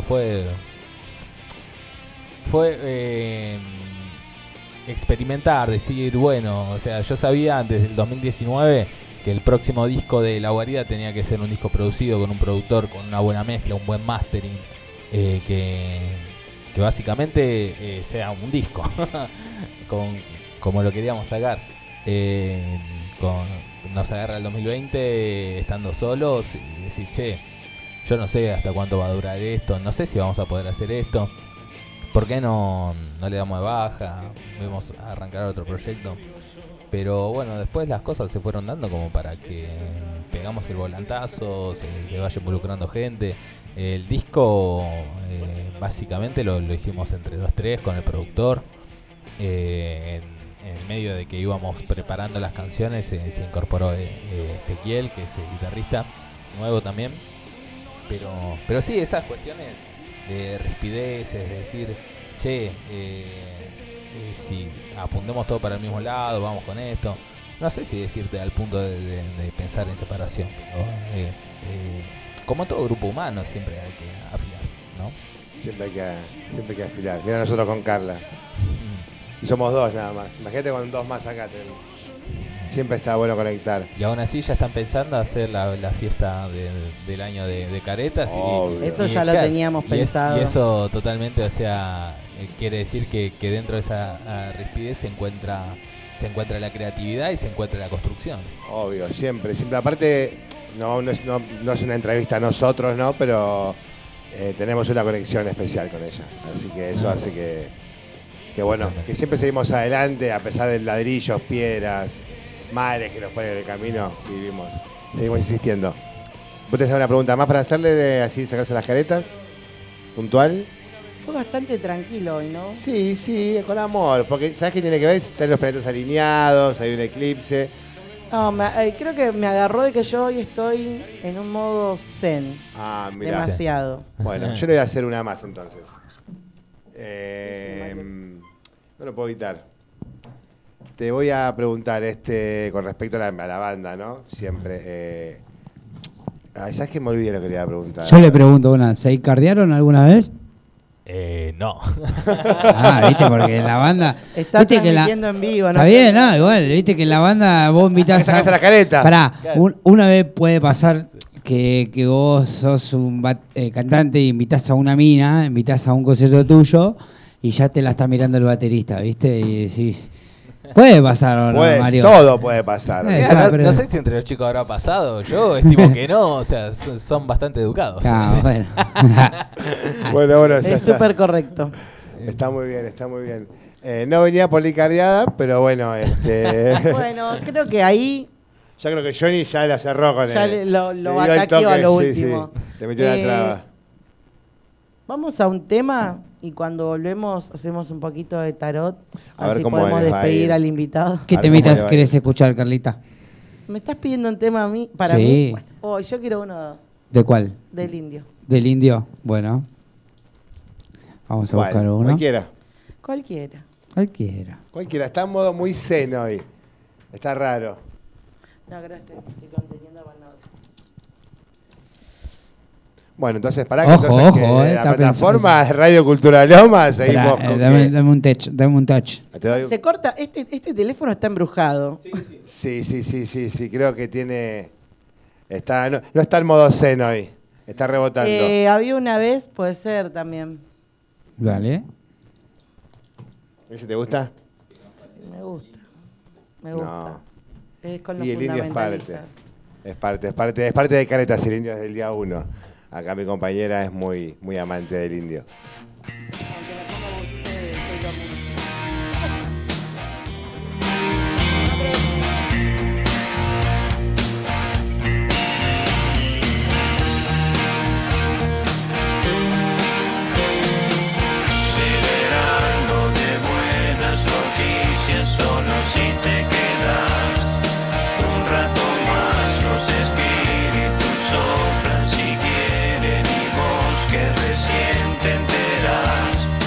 Fue experimentar, decir, bueno, o sea, yo sabía desde el 2019 que el próximo disco de La Guarida tenía que ser un disco producido con un productor, con una buena mezcla, un buen mastering, que básicamente sea un disco, como lo queríamos sacar, nos agarra el 2020 estando solos y decir, che, yo no sé hasta cuánto va a durar esto, no sé si vamos a poder hacer esto, ¿por qué no le damos de baja? Vamos a arrancar otro proyecto. Pero bueno, después las cosas se fueron dando como para que pegamos el volantazo, se vaya involucrando gente. El disco básicamente lo hicimos entre los tres con el productor. En medio de que íbamos preparando las canciones se incorporó Ezequiel, que es el guitarrista nuevo también. Pero sí, esas cuestiones de rispideces, de decir, che, si apuntemos todo para el mismo lado, vamos con esto. No sé si decirte al punto de pensar en separación, pero como todo grupo humano siempre hay que afilar, ¿no? Siempre hay que afilar. Mira nosotros con Carla. Y somos dos nada más. Imagínate con dos más acá. Siempre está bueno conectar. Y aún así ya están pensando hacer la fiesta del año de Caretas. Eso ya lo teníamos pensado. Y eso totalmente, o sea, quiere decir que dentro de esa rispidez se encuentra la creatividad y se encuentra la construcción. Obvio, siempre. Aparte, no es una entrevista a nosotros, ¿no? Pero tenemos una conexión especial con ella. Así que eso hace que bueno, que siempre seguimos adelante a pesar de ladrillos, piedras, males que nos ponen en el camino, seguimos insistiendo. ¿Vos tenés una pregunta más para hacerle de así sacarse las caretas? ¿Puntual? Fue bastante tranquilo hoy, ¿no? Sí, con amor, porque ¿sabes qué tiene que ver? Están los planetas alineados, hay un eclipse. No, creo que me agarró de que yo hoy estoy en un modo zen. Ah, mirá. Demasiado. Bueno, yo le voy a hacer una más entonces. No lo puedo evitar. Te voy a preguntar con respecto a la banda, ¿no? Siempre. ¿Sabes que me olvidé lo que le iba a preguntar? Yo le pregunto una, ¿se icardearon alguna vez? No. Viste, porque en la banda... Está transmitiendo en vivo, ¿no? Está bien, ¿no? Igual, viste que en la banda vos invitás a la careta. Pará, una vez puede pasar que vos sos un cantante y invitás a una mina, invitás a un concierto tuyo y ya te la está mirando el baterista, ¿viste? Y decís... Puede pasar, ¿o no, Mario? Todo puede pasar. No sé si entre los chicos habrá pasado. Yo estimo que no. O sea, son bastante educados. Bueno. bueno, es súper correcto. Está muy bien. No venía policardiada, pero bueno. Bueno, creo que ahí... Ya creo que Johnny ya la cerró con ya él. Lo ataqueó a lo último. Sí. Le metió la traba. Vamos a un tema y cuando volvemos hacemos un poquito de tarot. A ver así cómo podemos les va despedir al invitado. ¿Qué temitas querés escuchar, Carlita? ¿Me estás pidiendo un tema a mí? ¿Para sí. mí? Oh, yo quiero uno. ¿De cuál? Del Indio. ¿Del Indio? Bueno. Vamos a buscar uno. Cualquiera. Está en modo muy zen hoy. Está raro. No, creo que estoy conteniendo con la otra. Bueno, entonces, para que la plataforma de Radio Cultura Loma seguimos con dame un touch. Se corta, este teléfono está embrujado. Sí, creo que tiene... no está en modo zen hoy, está rebotando. Había una vez, puede ser también. Dale. ¿Ese te gusta? Sí, me gusta. No. Es con los y el Indio es parte de Caretas, el Indio desde el día 1. Acá mi compañera es muy amante del Indio. Aunque me ponga ustedes, soy lo mismo. Celebrando de buenas noticias, solo si te quedas un rato más. Los espíritus soplan si quieren y vos que recién te enterás.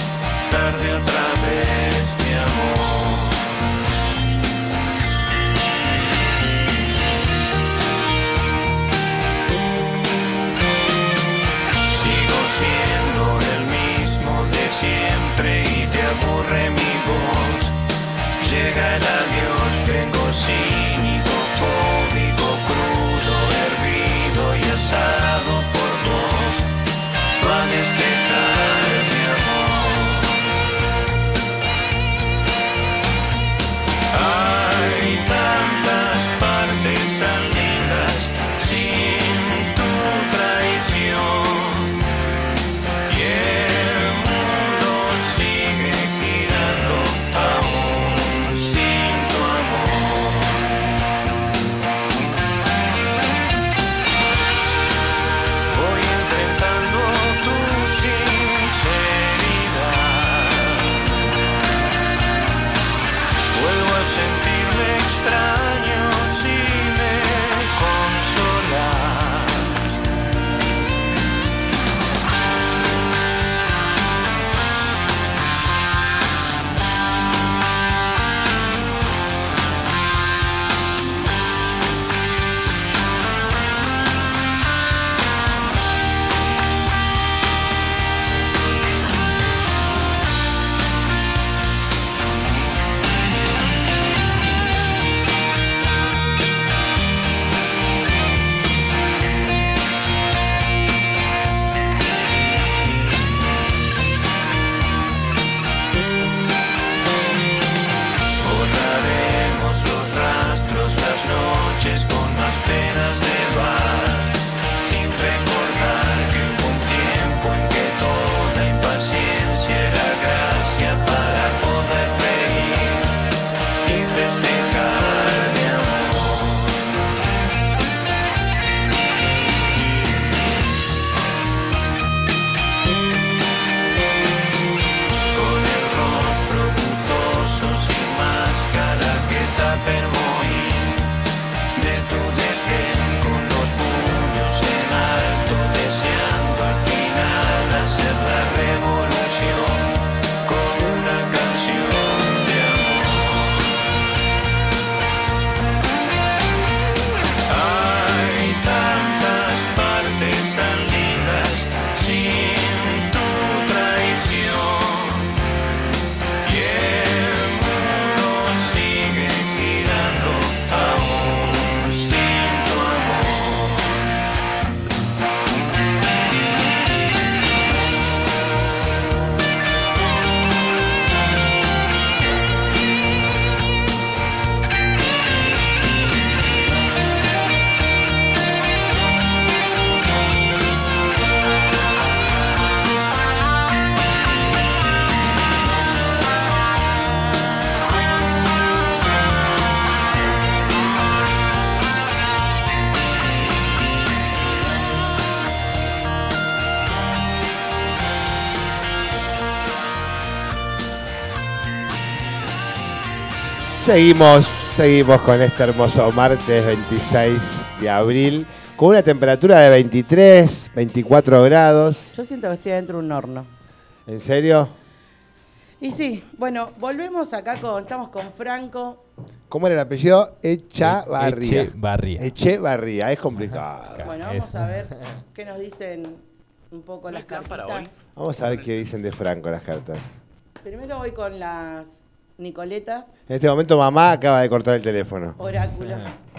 Seguimos con este hermoso martes 26 de abril, con una temperatura de 23, 24 grados. Yo siento que estoy dentro de un horno. ¿En serio? Y sí, bueno, volvemos acá estamos con Franco. ¿Cómo era el apellido? Echavarría. Echevarría. Echevarría, es complicado. Bueno, vamos a ver qué nos dicen un poco las plan para cartitas. hoy? Vamos a ver qué dicen de Franco las cartas. Primero voy con las Nicoletas, En este momento mamá acaba de cortar el teléfono. oráculo.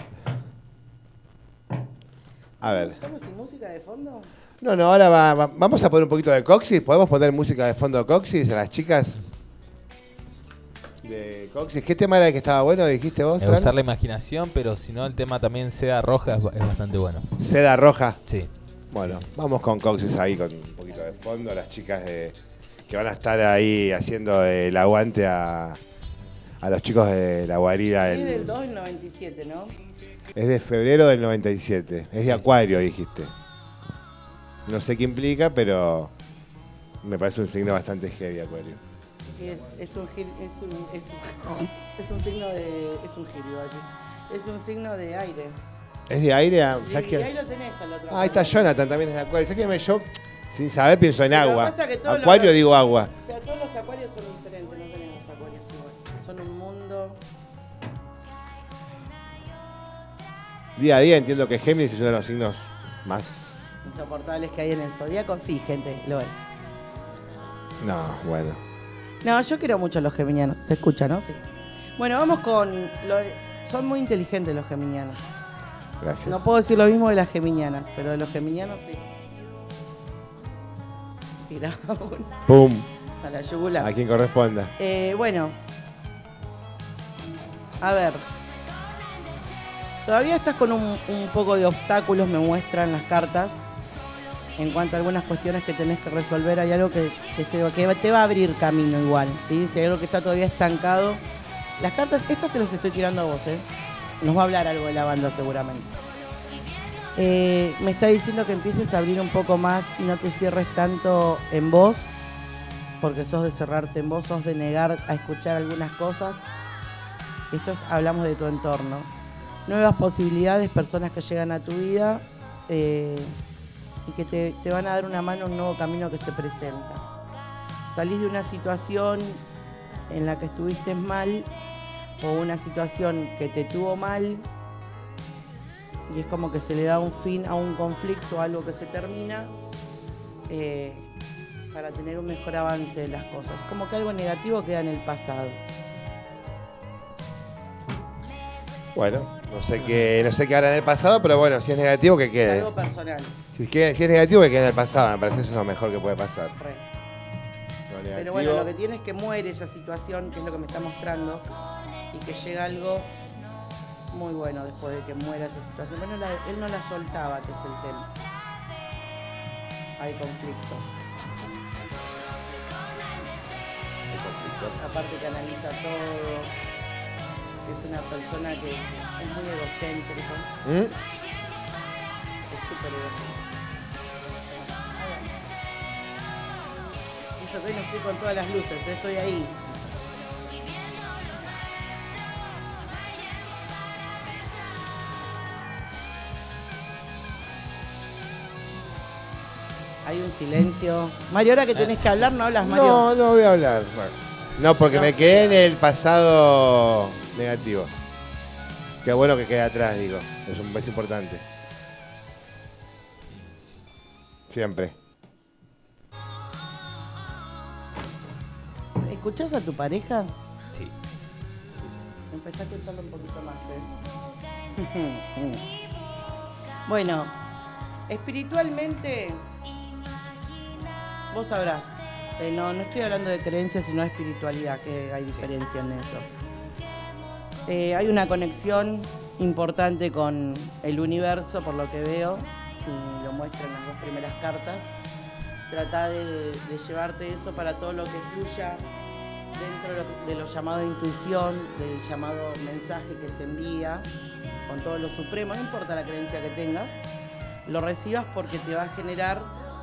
A ver. ¿Estamos sin música de fondo? No, ahora vamos a poner un poquito de Coxis. ¿Podemos poner música de fondo de Coxis a las chicas? De Coxis. ¿Qué tema era el que estaba bueno, dijiste vos, Fran? Usar la imaginación, pero si no, el tema también Seda Roja es bastante bueno. Seda roja. Sí. Bueno, vamos con Coxis ahí con un poquito de fondo. Las chicas que van a estar ahí haciendo el aguante a los chicos de la guarida. Es del 2 del 97, ¿no? Es de febrero del 97. Es de Sí, Acuario, dijiste. No sé qué implica, pero me parece un signo bastante heavy, Acuario. Sí, es un signo de... Es un gil, iba a decir. Es un signo de aire. ¿Es de aire? Y ¿Sabes qué? ahí lo tenés al otro. Ah, ahí está Jonathan, también es de Acuario. ¿Sabes qué? Yo, sin saber, pienso en Pero agua. pasa que todos Acuario los- digo agua. O sea, todos los acuarios son diferentes, no tenemos acuarios igual. Son un mundo... Día a día entiendo que Géminis es uno de los signos más... insoportables que hay en el zodíaco. Sí, gente, lo es. No, bueno. No, yo quiero mucho a los geminianos. Se escucha, ¿no? Sí. Bueno, vamos con... Son muy inteligentes los geminianos. Gracias. No puedo decir lo mismo de las geminianas, pero de los geminianos sí. Tira una ¡Pum! a la yugular. A quien corresponda. Bueno. A ver. Todavía estás con un poco de obstáculos, me muestran las cartas. En cuanto a algunas cuestiones que tenés que resolver, hay algo que te va a abrir camino igual, ¿sí? Si hay algo que está todavía estancado. Las cartas, estas te las estoy tirando a vos, ¿eh? Nos va a hablar algo de la banda seguramente. Me está diciendo que empieces a abrir un poco más y no te cierres tanto en vos, porque sos de cerrarte en vos, sos de negar a escuchar algunas cosas. Hablamos de tu entorno. Nuevas posibilidades, personas que llegan a tu vida y que te van a dar una mano en un nuevo camino que se presenta. Salís de una situación en la que estuviste mal o una situación que te tuvo mal y es como que se le da un fin a un conflicto, a algo que se termina para tener un mejor avance de las cosas. Como que algo negativo queda en el pasado. Bueno, no sé qué hará en el pasado, pero bueno, si es negativo, que Es quede. algo personal. Si es negativo, que quede en el pasado. Me parece eso es lo mejor que puede pasar. Re. Lo negativo, Pero bueno, lo que tiene es que muere esa situación, que es lo que me está mostrando, y que llega algo muy bueno después de que muera esa situación. Bueno, él no la soltaba, que es el tema. Hay conflictos. Hay conflictos. Aparte que analiza todo, que es una persona que es muy egocéntrica, ¿Mm? es súper egocéntrica. Yo hoy no estoy con todas las luces, estoy ahí. Hay un silencio. Mario, ahora que tenés que hablar, no hablas, Mario. No voy a hablar. No, porque me quedé en el pasado negativo. Qué bueno que quede atrás, digo. Es importante. Siempre. ¿Escuchás a tu pareja? Sí. Empezá a escucharlo un poquito más, Bueno, espiritualmente, vos sabrás. No estoy hablando de creencias, sino de espiritualidad, que hay diferencia en eso. Hay una conexión importante con el universo, por lo que veo, y lo muestran las dos primeras cartas. Trata de llevarte eso para todo lo que fluya dentro de lo llamado intuición, del llamado mensaje que se envía, con todo lo supremo, no importa la creencia que tengas, lo recibas porque te va a generar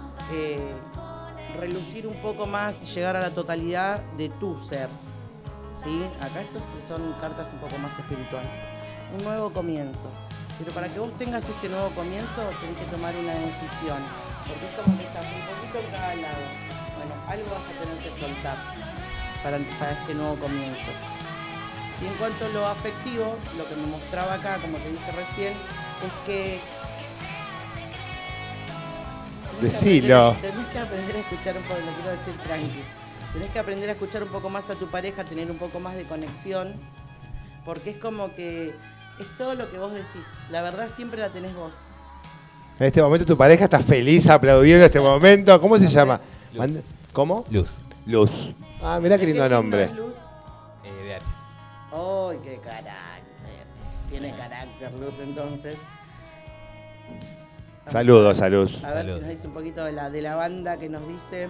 relucir un poco más, llegar a la totalidad de tu ser, ¿sí? Acá estos son cartas un poco más espirituales. Un nuevo comienzo. Pero para que vos tengas este nuevo comienzo, tenés que tomar una decisión. Porque es como que estás un poquito en cada lado. Bueno, algo vas a tener que soltar para este nuevo comienzo. Y en cuanto a lo afectivo, lo que me mostraba acá, como te dije recién, es que Decilo. tenés que aprender a escuchar un poco, lo quiero decir tranqui. Tenés que aprender a escuchar un poco más a tu pareja, tener un poco más de conexión, porque es como que es todo lo que vos decís. La verdad siempre la tenés vos. En este momento tu pareja está feliz aplaudiendo este momento. ¿Cómo se llama? Luz. ¿Cómo? Luz. Luz. Ah, mirá qué lindo nombre. ¿Es Luz? De Aries. ¡Ay, qué carácter! Tiene carácter Luz entonces. Saludos a Luz. A ver Salud. si nos dice un poquito de la banda que nos dice.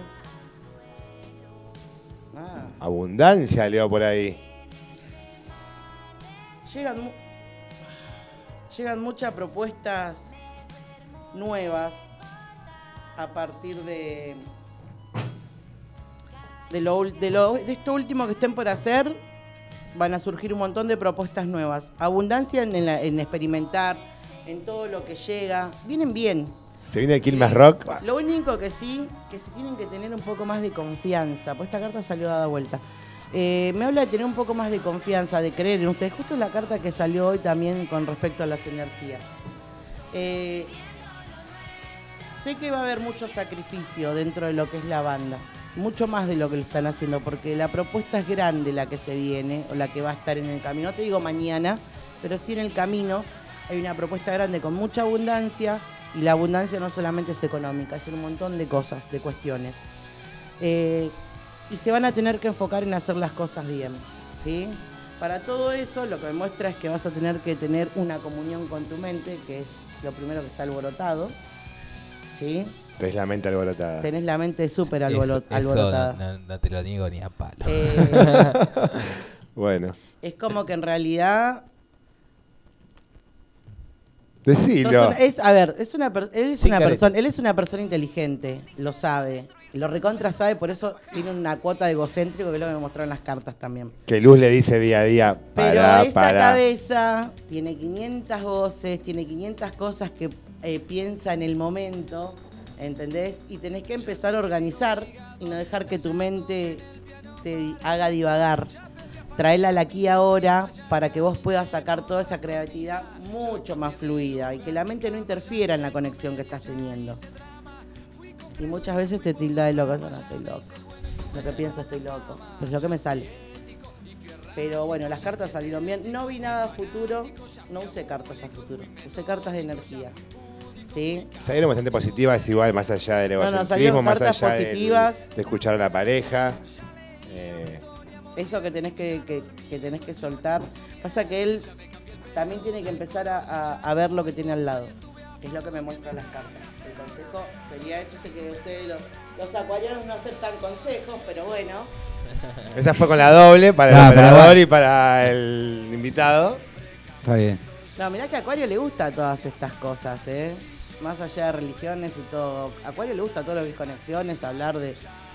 Ah, Abundancia, leo por ahí. llegan muchas propuestas nuevas a partir de esto último que estén por hacer. Van a surgir un montón de propuestas nuevas. Abundancia en experimentar, en todo lo que llega. Vienen bien. ¿Se viene el Quilmes Rock? Lo único que sí, que se tienen que tener un poco más de confianza, pues esta carta salió dada vuelta. Me habla de tener un poco más de confianza, de creer en ustedes. Justo la carta que salió hoy también con respecto a las energías. Sé que va a haber mucho sacrificio dentro de lo que es la banda. Mucho más de lo que lo están haciendo, porque la propuesta es grande la que se viene, o la que va a estar en el camino. No te digo mañana, pero sí en el camino hay una propuesta grande con mucha abundancia. Y la abundancia no solamente es económica, es un montón de cosas, de cuestiones. Y se van a tener que enfocar en hacer las cosas bien, ¿sí? Para todo eso, lo que me muestra es que vas a tener que tener una comunión con tu mente, que es lo primero que está alborotado, ¿sí? Tenés la mente alborotada. Tenés la mente súper Eso alborotada. no te lo niego ni a palo. Bueno, Es como que en realidad... decilo. él es una Sin persona, él es una persona inteligente, lo sabe, lo recontra sabe, por eso tiene una cuota de egocéntrico, que es lo que me mostraron las cartas también. Que Luz le dice día a día, Pero pará, esa pará. cabeza tiene 500 voces, tiene 500 cosas que piensa en el momento, ¿entendés? Y tenés que empezar a organizar y no dejar que tu mente te haga divagar. Traerla al aquí y ahora para que vos puedas sacar toda esa creatividad mucho más fluida y que la mente no interfiera en la conexión que estás teniendo. Y muchas veces te tilda de loco, no, estoy loco. Lo que pienso estoy loco, pero es lo que me sale. Pero bueno, las cartas salieron bien. No vi nada a futuro, no usé cartas a futuro, usé cartas de energía. ¿Sí? Salieron bastante positivas, igual, más allá del egocentrismo, salieron más cartas allá positivas. de escuchar a la pareja. Eso que tenés que tenés que soltar. Pasa que él también tiene que empezar a ver lo que tiene al lado. Es lo que me muestran las cartas. El consejo sería eso, sé que ustedes los acuarianos no aceptan consejos, pero bueno. Esa fue con la doble para el operador y para el invitado. Está bien. No, mirá que a Acuario le gusta todas estas cosas, ¿eh? Más allá de religiones y todo. A Acuario le gusta todo lo que es conexiones, hablar de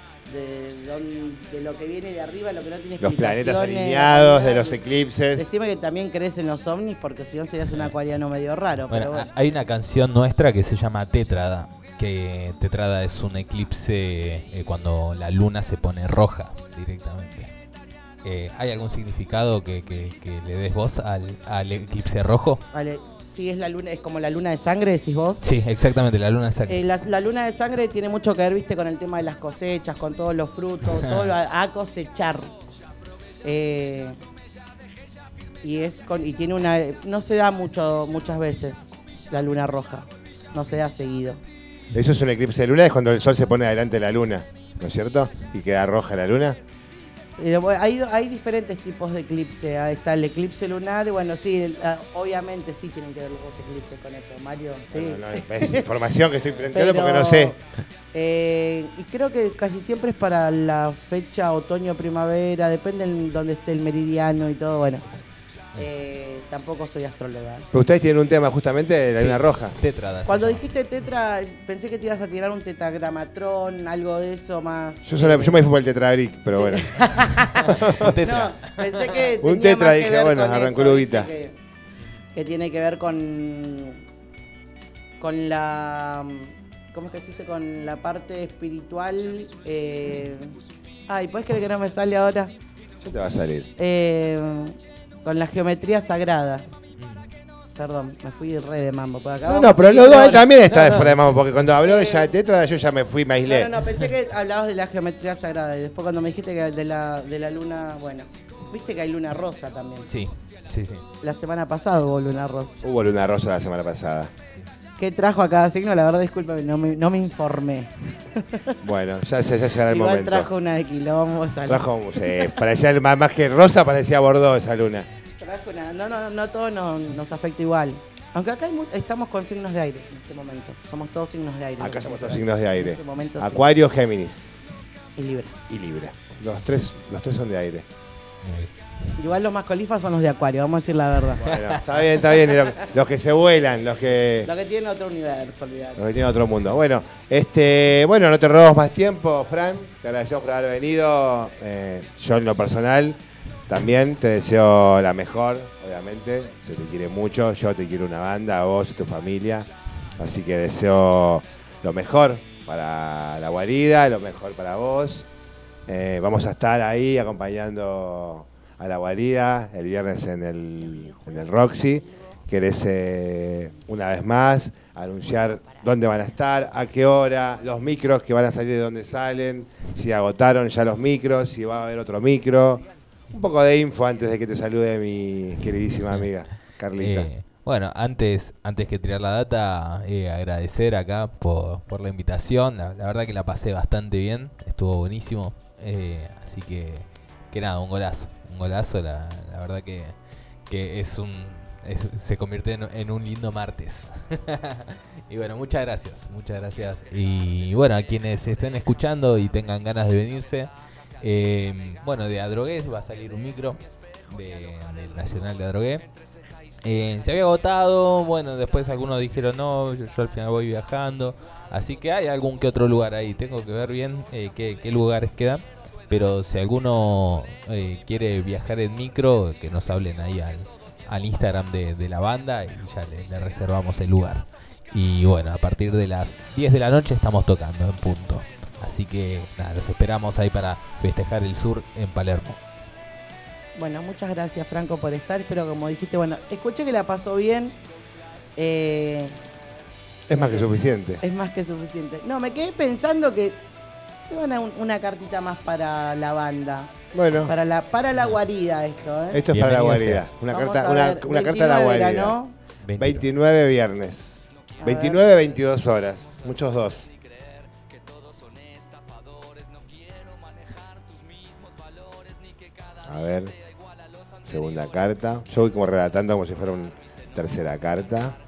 lo que viene de arriba, lo que no tiene Los explicaciones. planetas alineados, de los planetas. eclipses. Decime que también crees en los ovnis, porque si no serías un acuariano medio raro. Bueno, pero bueno. hay una canción nuestra que se llama Tétrada, que Tétrada es un eclipse cuando la luna se pone roja directamente. ¿Hay algún significado que le des vos al eclipse rojo? Vale, sí, es la luna, es como la luna de sangre, decís vos. Sí, exactamente, la luna de sangre. La luna de sangre tiene mucho que ver, viste, con el tema de las cosechas, con todos los frutos, todo lo a cosechar. Y tiene una, no se da muchas veces la luna roja, no se da seguido. Eso es un eclipse de luna, es cuando el sol se pone delante de la luna, ¿no es cierto? Y queda roja la luna. Hay diferentes tipos de eclipse. Ahí está el eclipse lunar. Bueno, sí, obviamente sí tienen que ver los eclipses con eso, Mario. Sí. No, es información que estoy planteando porque no sé. Y creo que casi siempre es para la fecha otoño-primavera, depende de dónde esté el meridiano y todo. Bueno, Tampoco soy astróloga. Pero ustedes tienen un tema justamente de la luna roja. Tétrada. Cuando dijiste tetra, pensé que te ibas a tirar un tetragramatrón, algo de eso más. Yo me fui por el tetrabric, pero bueno. Tetra. No, pensé que Un tenía tetra, más que dije, ver bueno, con arrancó eso, Luguita. ¿viste? Que tiene que ver con la. ¿Cómo es que se dice? Con la parte espiritual. Ay, ¿puedes creer que no me sale ahora? Ya te va a salir. Con la geometría sagrada. Perdón, me fui re de mambo. Por acá No, pero los dos él también está de fuera de mambo, porque cuando habló ella de tetra, yo ya me fui, me aislé. No, pensé que hablabas de la geometría sagrada y después cuando me dijiste que de la luna, bueno, viste que hay luna rosa también. Sí. La semana pasada hubo luna rosa. Hubo luna rosa la semana pasada. ¿Qué trajo a cada signo? La verdad, discúlpame, no me informé. Bueno, ya llegará el Igual momento. trajo una de quilombos. Trajo, parecía más que rosa, parecía Bordeaux esa luna. Trajo una. No todo nos afecta igual. Aunque acá estamos con signos de aire en este momento. Somos todos signos de aire. Acá somos todos signos de aire. En este momento, Acuario, Géminis sí. Y Libra. Los tres son de aire. Igual los más colifas son los de Acuario, vamos a decir la verdad. Bueno, está bien. Los que se vuelan, los que tienen otro universo, olvidate. Los que tienen otro mundo. Bueno, no te robamos más tiempo, Fran. Te agradecemos por haber venido. Yo en lo personal también te deseo la mejor, obviamente. Se te quiere mucho. Yo te quiero una banda, a vos y tu familia. Así que deseo lo mejor para la guarida, lo mejor para vos. Vamos a estar ahí acompañando a la guarida el viernes en el Roxy. ¿Querés una vez más anunciar dónde van a estar, a qué hora, los micros que van a salir de dónde salen, si agotaron ya los micros, si va a haber otro micro? Un poco de info antes de que te salude mi queridísima amiga Carlita. Bueno, antes que tirar la data, agradecer acá por la invitación. La verdad que la pasé bastante bien, estuvo buenísimo. Así que nada, un golazo, la verdad que se convierte en un lindo martes. Y bueno, muchas gracias. Y bueno, a quienes estén escuchando y tengan ganas de venirse, de Adrogué va a salir un micro del Nacional de Adrogué. Se había agotado, bueno, después algunos dijeron no, yo al final voy viajando, así que hay algún que otro lugar ahí, tengo que ver bien qué lugares quedan, pero si alguno quiere viajar en micro, que nos hablen ahí al Instagram de la banda y ya le reservamos el lugar. Y bueno, a partir de las 10 de la noche estamos tocando en punto, así que nada, los esperamos ahí para festejar el sur en Palermo. Bueno, muchas gracias, Franco, por estar. Pero como dijiste, bueno, escuché que la pasó bien. Es más que suficiente. Es más que suficiente. No, me quedé pensando que te van a una cartita más para la banda. Bueno. Para la guarida esto, ¿eh? Esto es para la guarida. Una carta a la guarida. ¿no? 29 viernes. 29, 22 horas. Muchos dos. A ver. Segunda carta. Yo voy como relatando como si fuera una tercera carta.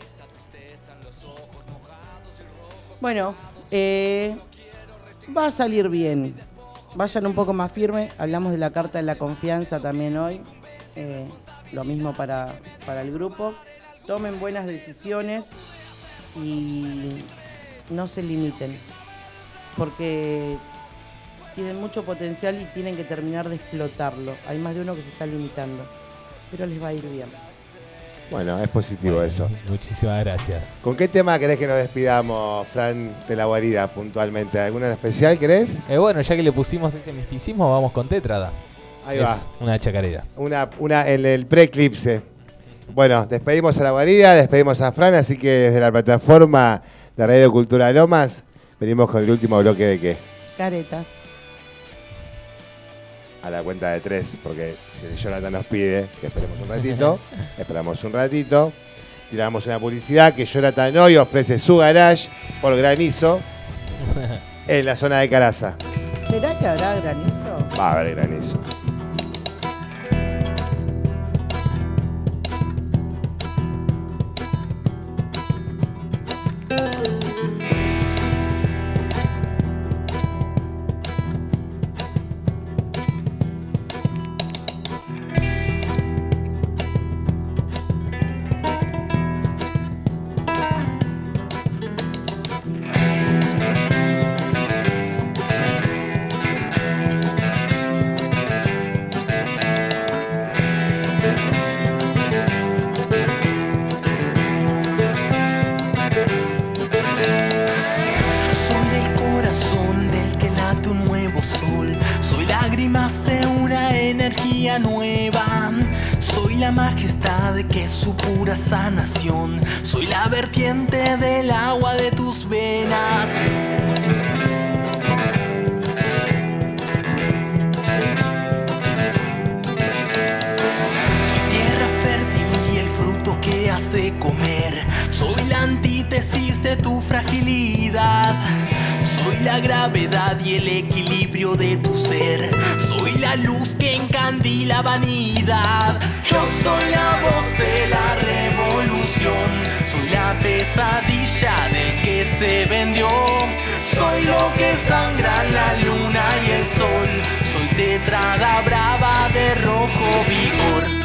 Bueno, va a salir bien. Vayan un poco más firme. Hablamos de la carta de la confianza también hoy. Lo mismo para el grupo. Tomen buenas decisiones y no se limiten. Porque tienen mucho potencial y tienen que terminar de explotarlo. Hay más de uno que se está limitando, pero les va a ir bien. Bueno, es positivo eso. Muchísimas gracias. ¿Con qué tema querés que nos despidamos, Fran, de la guarida puntualmente? ¿Alguna en especial querés? Bueno, ya que le pusimos ese misticismo, vamos con Tétrada. Ahí va. Una chacarera. Una en el pre-eclipse. Bueno, despedimos a la guarida, despedimos a Fran, así que desde la plataforma de Radio Cultura Lomas venimos con el último bloque de ¿qué? Caretas. A la cuenta de 3, porque si Jonathan nos pide que esperemos un ratito, esperamos un ratito, tiramos una publicidad que Jonathan hoy ofrece su garage por granizo en la zona de Caraza. ¿Será que habrá granizo? Va a haber granizo. la majestad que es su pura sanación. Soy la vertiente del agua de tus venas. Soy tierra fértil y el fruto que has de comer. Soy la antítesis de tu fragilidad. Soy la gravedad y el equilibrio de tu ser. Soy la luz que encandila vanidad. Yo soy la voz de la revolución. Soy la pesadilla del que se vendió. Soy lo que sangra la luna y el sol. Soy tetrada brava de rojo vigor.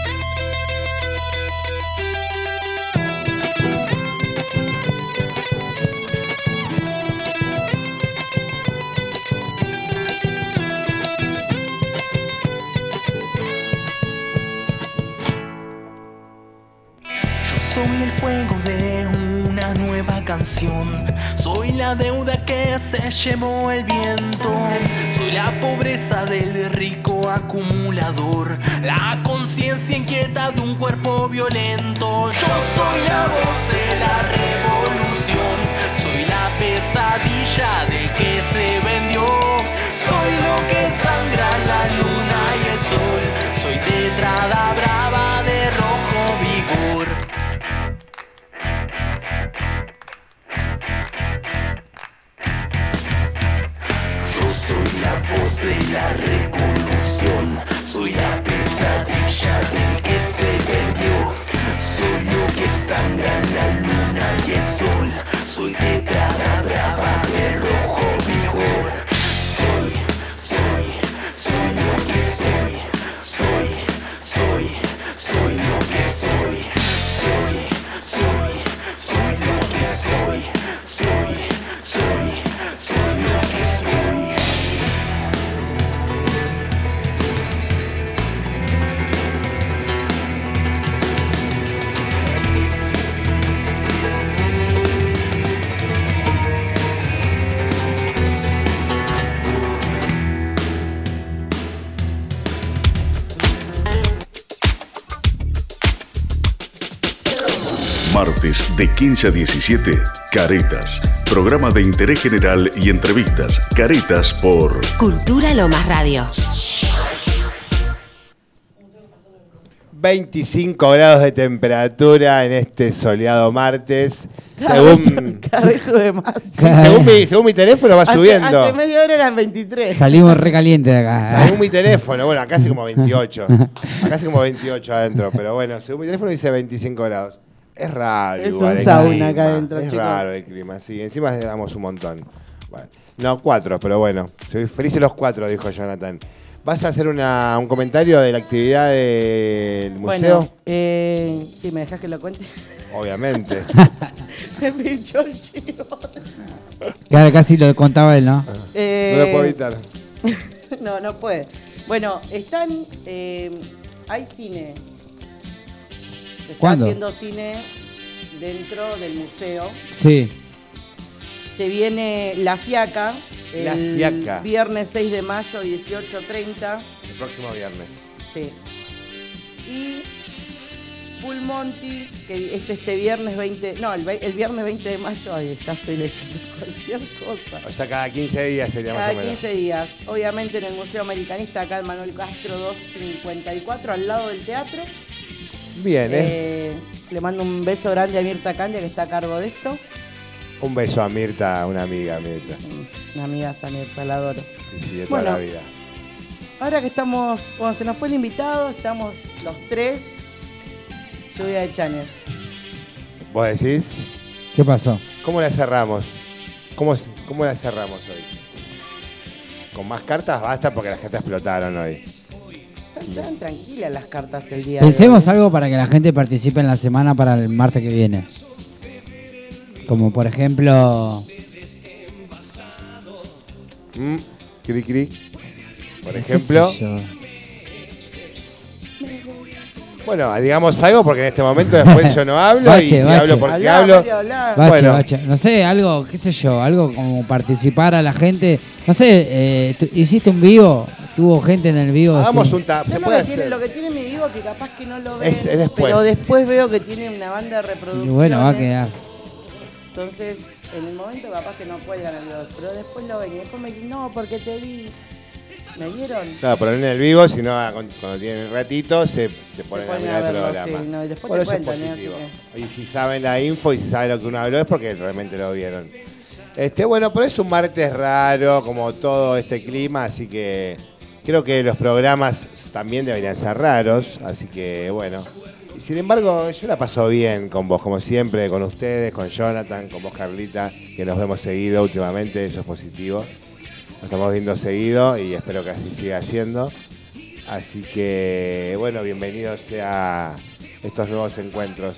Soy el fuego de una nueva canción. Soy la deuda que se llevó el viento. Soy la pobreza del rico acumulador. La conciencia inquieta de un cuerpo violento. Yo soy la voz de la revolución. Soy la pesadilla del que se vendió. Soy lo que sangra la luna y el sol. Soy tetrada brava de rojo vigor. De la revolución, soy la pesadilla del que se vendió. Soy lo que sangra la luna y el sol. Soy tetrada brava de rojo vigor. Soy lo que soy. Soy lo que soy. Soy lo que soy. Soy lo que soy. Martes de 15 a 17, Caretas. Programa de interés general y entrevistas. Caretas por Cultura Lomas Radio. 25 grados de temperatura en este soleado martes. Cada vez sube más. Según mi teléfono va subiendo. Hace media hora eran 23. Salimos recalientes de acá. Según mi teléfono, bueno, acá hace como 28. Acá hace como 28 adentro, pero bueno, según mi teléfono dice 25 grados. Es raro. Es igual un el sauna clima. acá adentro, Es chicos. raro el clima, sí. Encima damos un montón. Bueno, no, 4, pero bueno. Soy felices los 4, dijo Jonathan. ¿Vas a hacer un comentario de la actividad del museo? Bueno, si me dejas que lo cuente. Obviamente. Me pinchó el chivo. Claro, casi lo contaba él, ¿no? No lo puedo evitar. No puede. Bueno, están... hay cine. Se está ¿Cuándo? haciendo cine dentro del museo. Sí. Se viene La Fiaca, La el Fiaca. viernes 6 de mayo, 18:30. El próximo viernes. Sí. Y Full Monty, que es este viernes 20... No, el viernes 20 de mayo. Ay, ya estoy leyendo cualquier cosa. O sea, cada 15 días sería más Cada o menos. 15 días. Obviamente en el Museo Americanista, acá en Manuel Castro 254, al lado del teatro. Bien, Le mando un beso grande a Mirta Candia, que está a cargo de esto. Un beso a Mirta, una amiga Mirta. Una amiga esa Mirta, la adoro. Sí, de toda Bueno, la vida. Ahora que estamos, cuando se nos fue el invitado, estamos los tres. Lluvia de Chanes. ¿Vos decís? ¿Qué pasó? ¿Cómo la cerramos? ¿Cómo la cerramos hoy? ¿Con más cartas? Basta porque las cartas explotaron hoy. Están tranquilas las cartas del día. Pensemos algo para que la gente participe en la semana para el martes que viene. Como por ejemplo... Cri cri. Por ejemplo... Bueno, digamos algo porque en este momento después yo no hablo y si hablo porque hablo... Bueno. No sé, algo, qué sé yo, algo como participar a la gente. No sé, hiciste un vivo, tuvo gente en el vivo. Hagamos sí. un tap, se Yo puede lo que hacer. tiene mi vivo que capaz que no lo ven, Es después. pero después veo que tiene una banda de Y reproducción. bueno, va a quedar. Entonces, en el momento capaz que no cuelgan el video, pero después lo ven y después me dicen, no, porque te vi. ¿Me vieron? Claro, pero no en el vivo, sino cuando tienen el ratito, se ponen a ponen mirar a el verlo, programa. sí, no, y después Por te eso es cuentan, positivo. así Y si saben la info y si saben lo que uno habló es porque realmente lo vieron. Bueno, pero es un martes raro, como todo este clima, así que creo que los programas también deberían ser raros, así que bueno. Y sin embargo, yo la paso bien con vos, como siempre, con ustedes, con Jonathan, con vos, Carlita, que nos vemos seguido últimamente, eso es positivo. Nos estamos viendo seguido y espero que así siga siendo. Así que, bueno, bienvenidos a estos nuevos encuentros.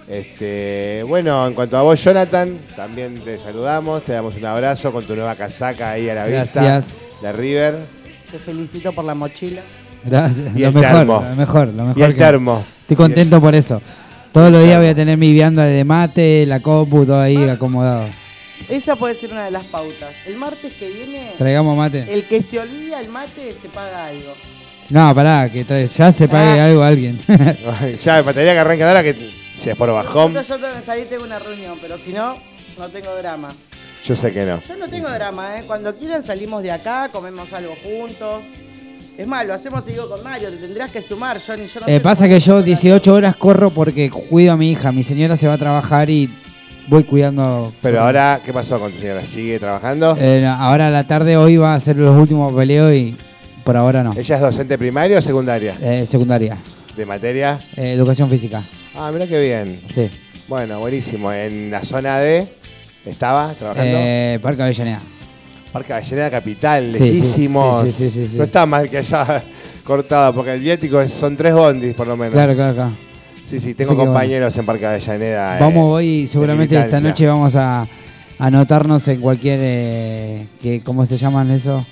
Bueno, en cuanto a vos, Jonathan, también te saludamos, te damos un abrazo con tu nueva casaca ahí a la vista. Gracias. De River. Te felicito por la mochila. Gracias. Y Lo el mejor, termo. lo mejor, lo mejor. Y el que- termo. Estoy contento por eso. Todos los días voy a tener mi vianda de mate, la compu, todo ahí acomodado. Esa puede ser una de las pautas. El martes que viene, Traigamos mate. el que se olvida el mate se paga algo. No, pará, que ya se pague algo a alguien. Ya, me tendría que arrancar ahora que si es por bajón. Yo tengo que salir, tengo una reunión, pero si no, no tengo drama. Yo sé que no. Yo no tengo drama, ¿eh? Cuando quieran salimos de acá, comemos algo juntos. Es más, lo hacemos seguido con Mario, te tendrás que sumar, Johnny. Yo no sé Pasa cómo- que yo 18 horas corro porque cuido a mi hija. Mi señora se va a trabajar y voy cuidando. Pero ahora, ¿qué pasó con tu señora? ¿Sigue trabajando? Ahora a la tarde hoy va a hacer los últimos peleos y por ahora no. ¿Ella es docente primaria o secundaria? Secundaria. ¿De materia? Educación física. Ah, mira qué bien. Sí. Bueno, buenísimo. ¿En la zona D estaba trabajando? Parque Avellaneda. Parque Avellaneda Capital, Sí, lejísimos. sí. No está mal que haya cortado, porque el viático son 3 bondis por lo menos. Claro. Sí, tengo Así que compañeros en Parque Avellaneda. Vamos hoy, seguramente esta militancia. noche vamos a anotarnos en cualquier, ¿cómo se llaman eso?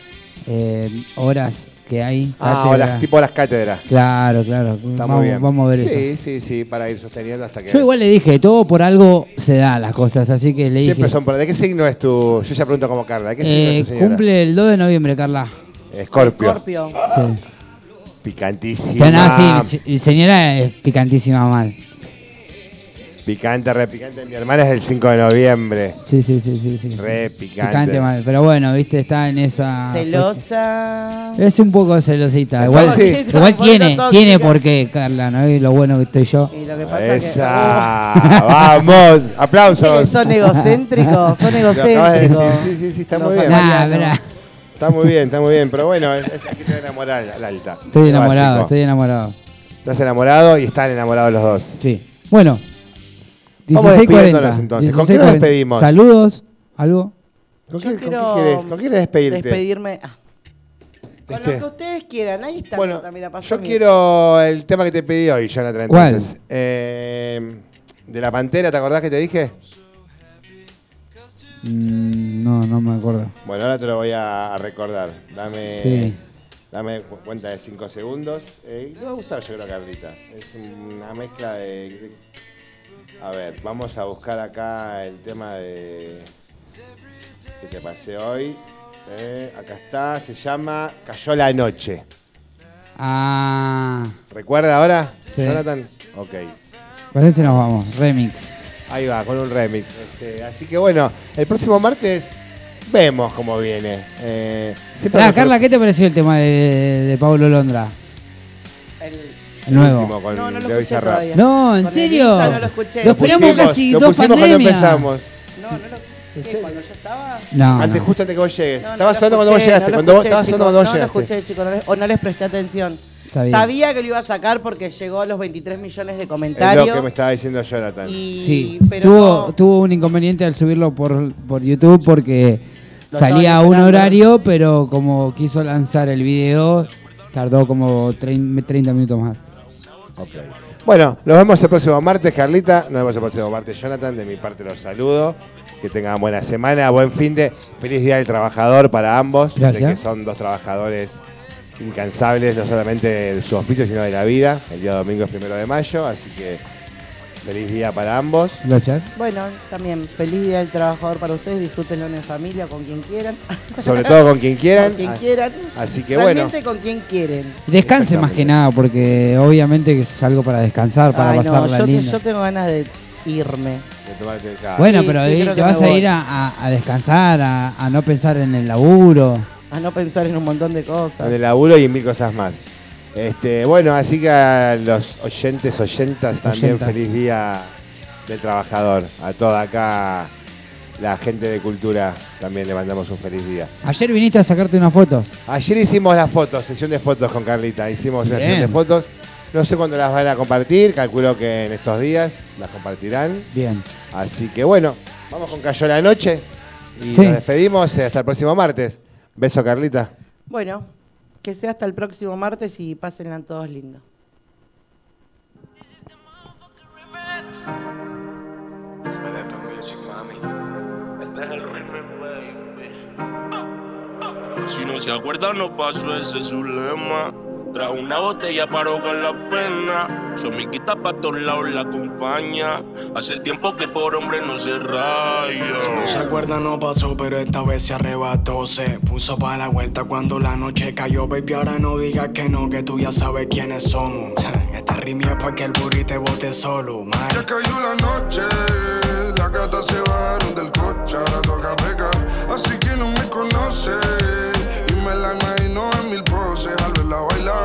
Horas que hay. Cátedra. Tipo las cátedras. Claro. Está muy bien. Vamos a ver eso. Sí, para ir sosteniendo hasta que... Yo igual le dije, todo por algo se da las cosas, así que le Siempre dije. son por... ¿De qué signo es tu...? Yo ya pregunto como Carla. ¿De qué signo es tu señora? Cumple el 2 de noviembre, Carla. Escorpio. Scorpio. Sí. Picantísima. Sí, señora es picantísima mal. Picante, re picante. Mi hermana es del 5 de noviembre. Sí. Re picante. Picante mal. Pero bueno, viste, está en esa. Celosa. Es un poco celosita. Entonces, Igual sí. tiene Tóxica. por qué, Carla, ¿no? Y lo bueno que estoy yo. Y lo que pasa es que... Esa. Vamos. ¿Viste Aplausos. que son egocéntricos, son Lo acabas de egocéntricos. decir. Sí, está Los muy bien. amarianos. Nah, Está muy bien. Pero bueno, es que te enamorar al alta. Estoy Lo enamorado, básico. estoy enamorado. Estás enamorado y están enamorados los dos. Sí. Bueno. Vamos 16:40. despidiéndonos entonces. ¿Con qué nos 16:40. despedimos? Saludos. ¿Algo? ¿Con Yo qué quiero quieres? ¿Con qué quieres despedirte? despedirme. Con Este. lo que ustedes quieran. Ahí está. Bueno, mira, pasó yo mi- quiero el tema que te pedí hoy, Jonathan. ¿Cuál? Entonces. De la Pantera, ¿te acordás que te dije? No me acuerdo. Bueno, ahora te lo voy a recordar. Sí. Dame cuenta de 5 segundos. Y te va a gustar, yo creo, Carlita. Es una mezcla de... A ver, vamos a buscar acá el tema de... que te pasé hoy. Acá está, se llama Cayó la Noche. Ah. ¿Recuerda ahora, Sí. Jonathan? Ok. Con ese nos vamos. Remix. Ahí va, con un remix. Así que bueno, el próximo martes vemos cómo viene. Siempre nos Carla, ¿qué te pareció el tema de Pablo Londra? El nuevo. último con No lo de hoy escuché Rap. todavía. No, ¿en Con serio? Elisa no lo escuché. Lo esperamos pusimos- casi lo 2 pusimos cuando pandemias. empezamos. No lo... ¿Qué? ¿Cuando yo estaba? No, Antes, no. justo antes que vos llegues. No, Estaba no lo sonando cuando vos escuché, llegaste. no lo Cuando vos escuché, estabas sonando cuando vos chicos, llegaste. No lo escuché, chicos, o no les presté atención. Está bien. Sabía que lo iba a sacar porque llegó a los 23 millones de Es comentarios. lo que me estaba diciendo Jonathan. Sí, pero tuvo un inconveniente al subirlo por YouTube porque Lo salía a estaban un esperando. horario, pero como quiso lanzar el video, tardó como 30 minutos más. Ok. Bueno, nos vemos el próximo martes, Carlita. Nos vemos el próximo martes, Jonathan. De mi parte los saludo. Que tengan buena semana, buen fin de... Feliz Día del Trabajador para ambos. Sé Gracias. que son 2 trabajadores incansables, no solamente de su oficio, sino de la vida. El día domingo es 1 de mayo, así que feliz día para ambos. Gracias. Bueno, también feliz día del trabajador para ustedes, disfrútenlo en familia, con quien quieran. Sobre todo con quien quieran. Con quien quieran. Así que Realmente con quien quieren. Descanse más que nada, porque obviamente que es algo para descansar, para Ay, pasarla linda. yo tengo ganas de irme. De tomarte el café. Bueno, Sí, pero sí, ahí creo te que vas me a voy. ir a descansar, a no pensar en el laburo. A no pensar en un montón de cosas. En el laburo y en mil cosas más. Bueno, así que a los oyentas también Oyentas. feliz día del trabajador. A toda acá la gente de cultura también le mandamos un feliz día. Ayer viniste a sacarte una foto. Ayer hicimos las fotos, sesión de fotos con Carlita. Hicimos una Bien. sesión de fotos. No sé cuándo las van a compartir, calculo que en estos días las compartirán. Bien. Así que bueno, vamos con Cayó la Noche y Sí. nos despedimos hasta el próximo martes. Beso, Carlita. Bueno, que sea hasta el próximo martes y pásenla todos lindo. Si no se acuerda no pasó, ese es su lema. Trajo una botella para ahogar la pena. Su amiguita pa' todos lados la acompaña. Hace tiempo que por hombre no se raya. Si no se acuerda no pasó, pero esta vez se arrebató. Se puso pa' la vuelta cuando la noche cayó. Baby, ahora no digas que no, que tú ya sabes quiénes somos. Este ritmo es pa' que el burrito te bote solo, man. Ya cayó la noche, las gatas se bajaron del coche, ahora toca pecar. Así que no me conoce y me la imagino en mil poses al verla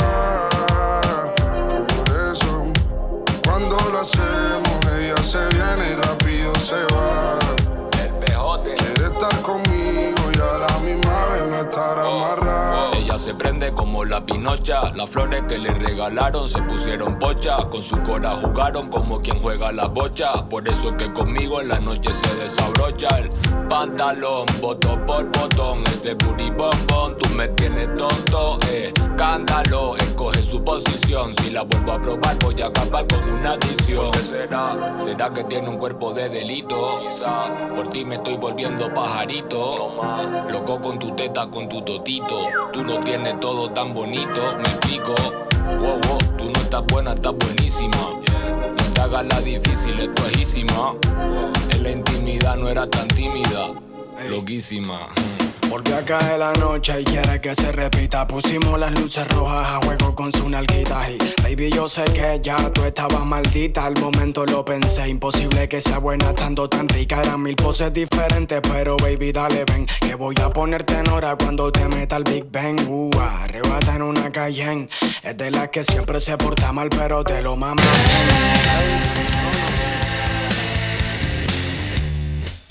bailar. Por eso, cuando lo hacemos, ella se viene y rápido se va. El pejote. Quiere estar conmigo y a la misma vez no estar amarrada. Ella se prende como la pinocha. Las flores que le regalaron se pusieron pocha. Con su cora jugaron como quien juega la bocha. Por eso es que conmigo en la noche se desabrocha el pantalón, botón por botón. Ese booty bombón, tú me tienes tonto, escándalo, escoge su posición. Si la vuelvo a probar voy a acabar con una adicción. ¿Qué será? ¿Será que tiene un cuerpo de delito? Quizá, por ti me estoy volviendo pajarito. Toma, loco con tu teta, con tu totito. Tú lo tienes todo tan bonito, me explico. Wow, wow, tú no estás buena, estás buenísima. No te hagas la difícil, esto es easísima. En la intimidad no era tan tímida, loquísima. Porque acá es la noche y quiere que se repita. Pusimos las luces rojas a juego con su nalguita. Y baby, yo sé que ya tú estabas maldita. Al momento lo pensé, imposible que sea buena estando tan rica. Eran mil poses diferentes, pero baby, dale ven, que voy a ponerte en hora cuando te meta el Big Bang. Arrebata en una Cayenne. Es de las que siempre se porta mal, pero te lo mama bien.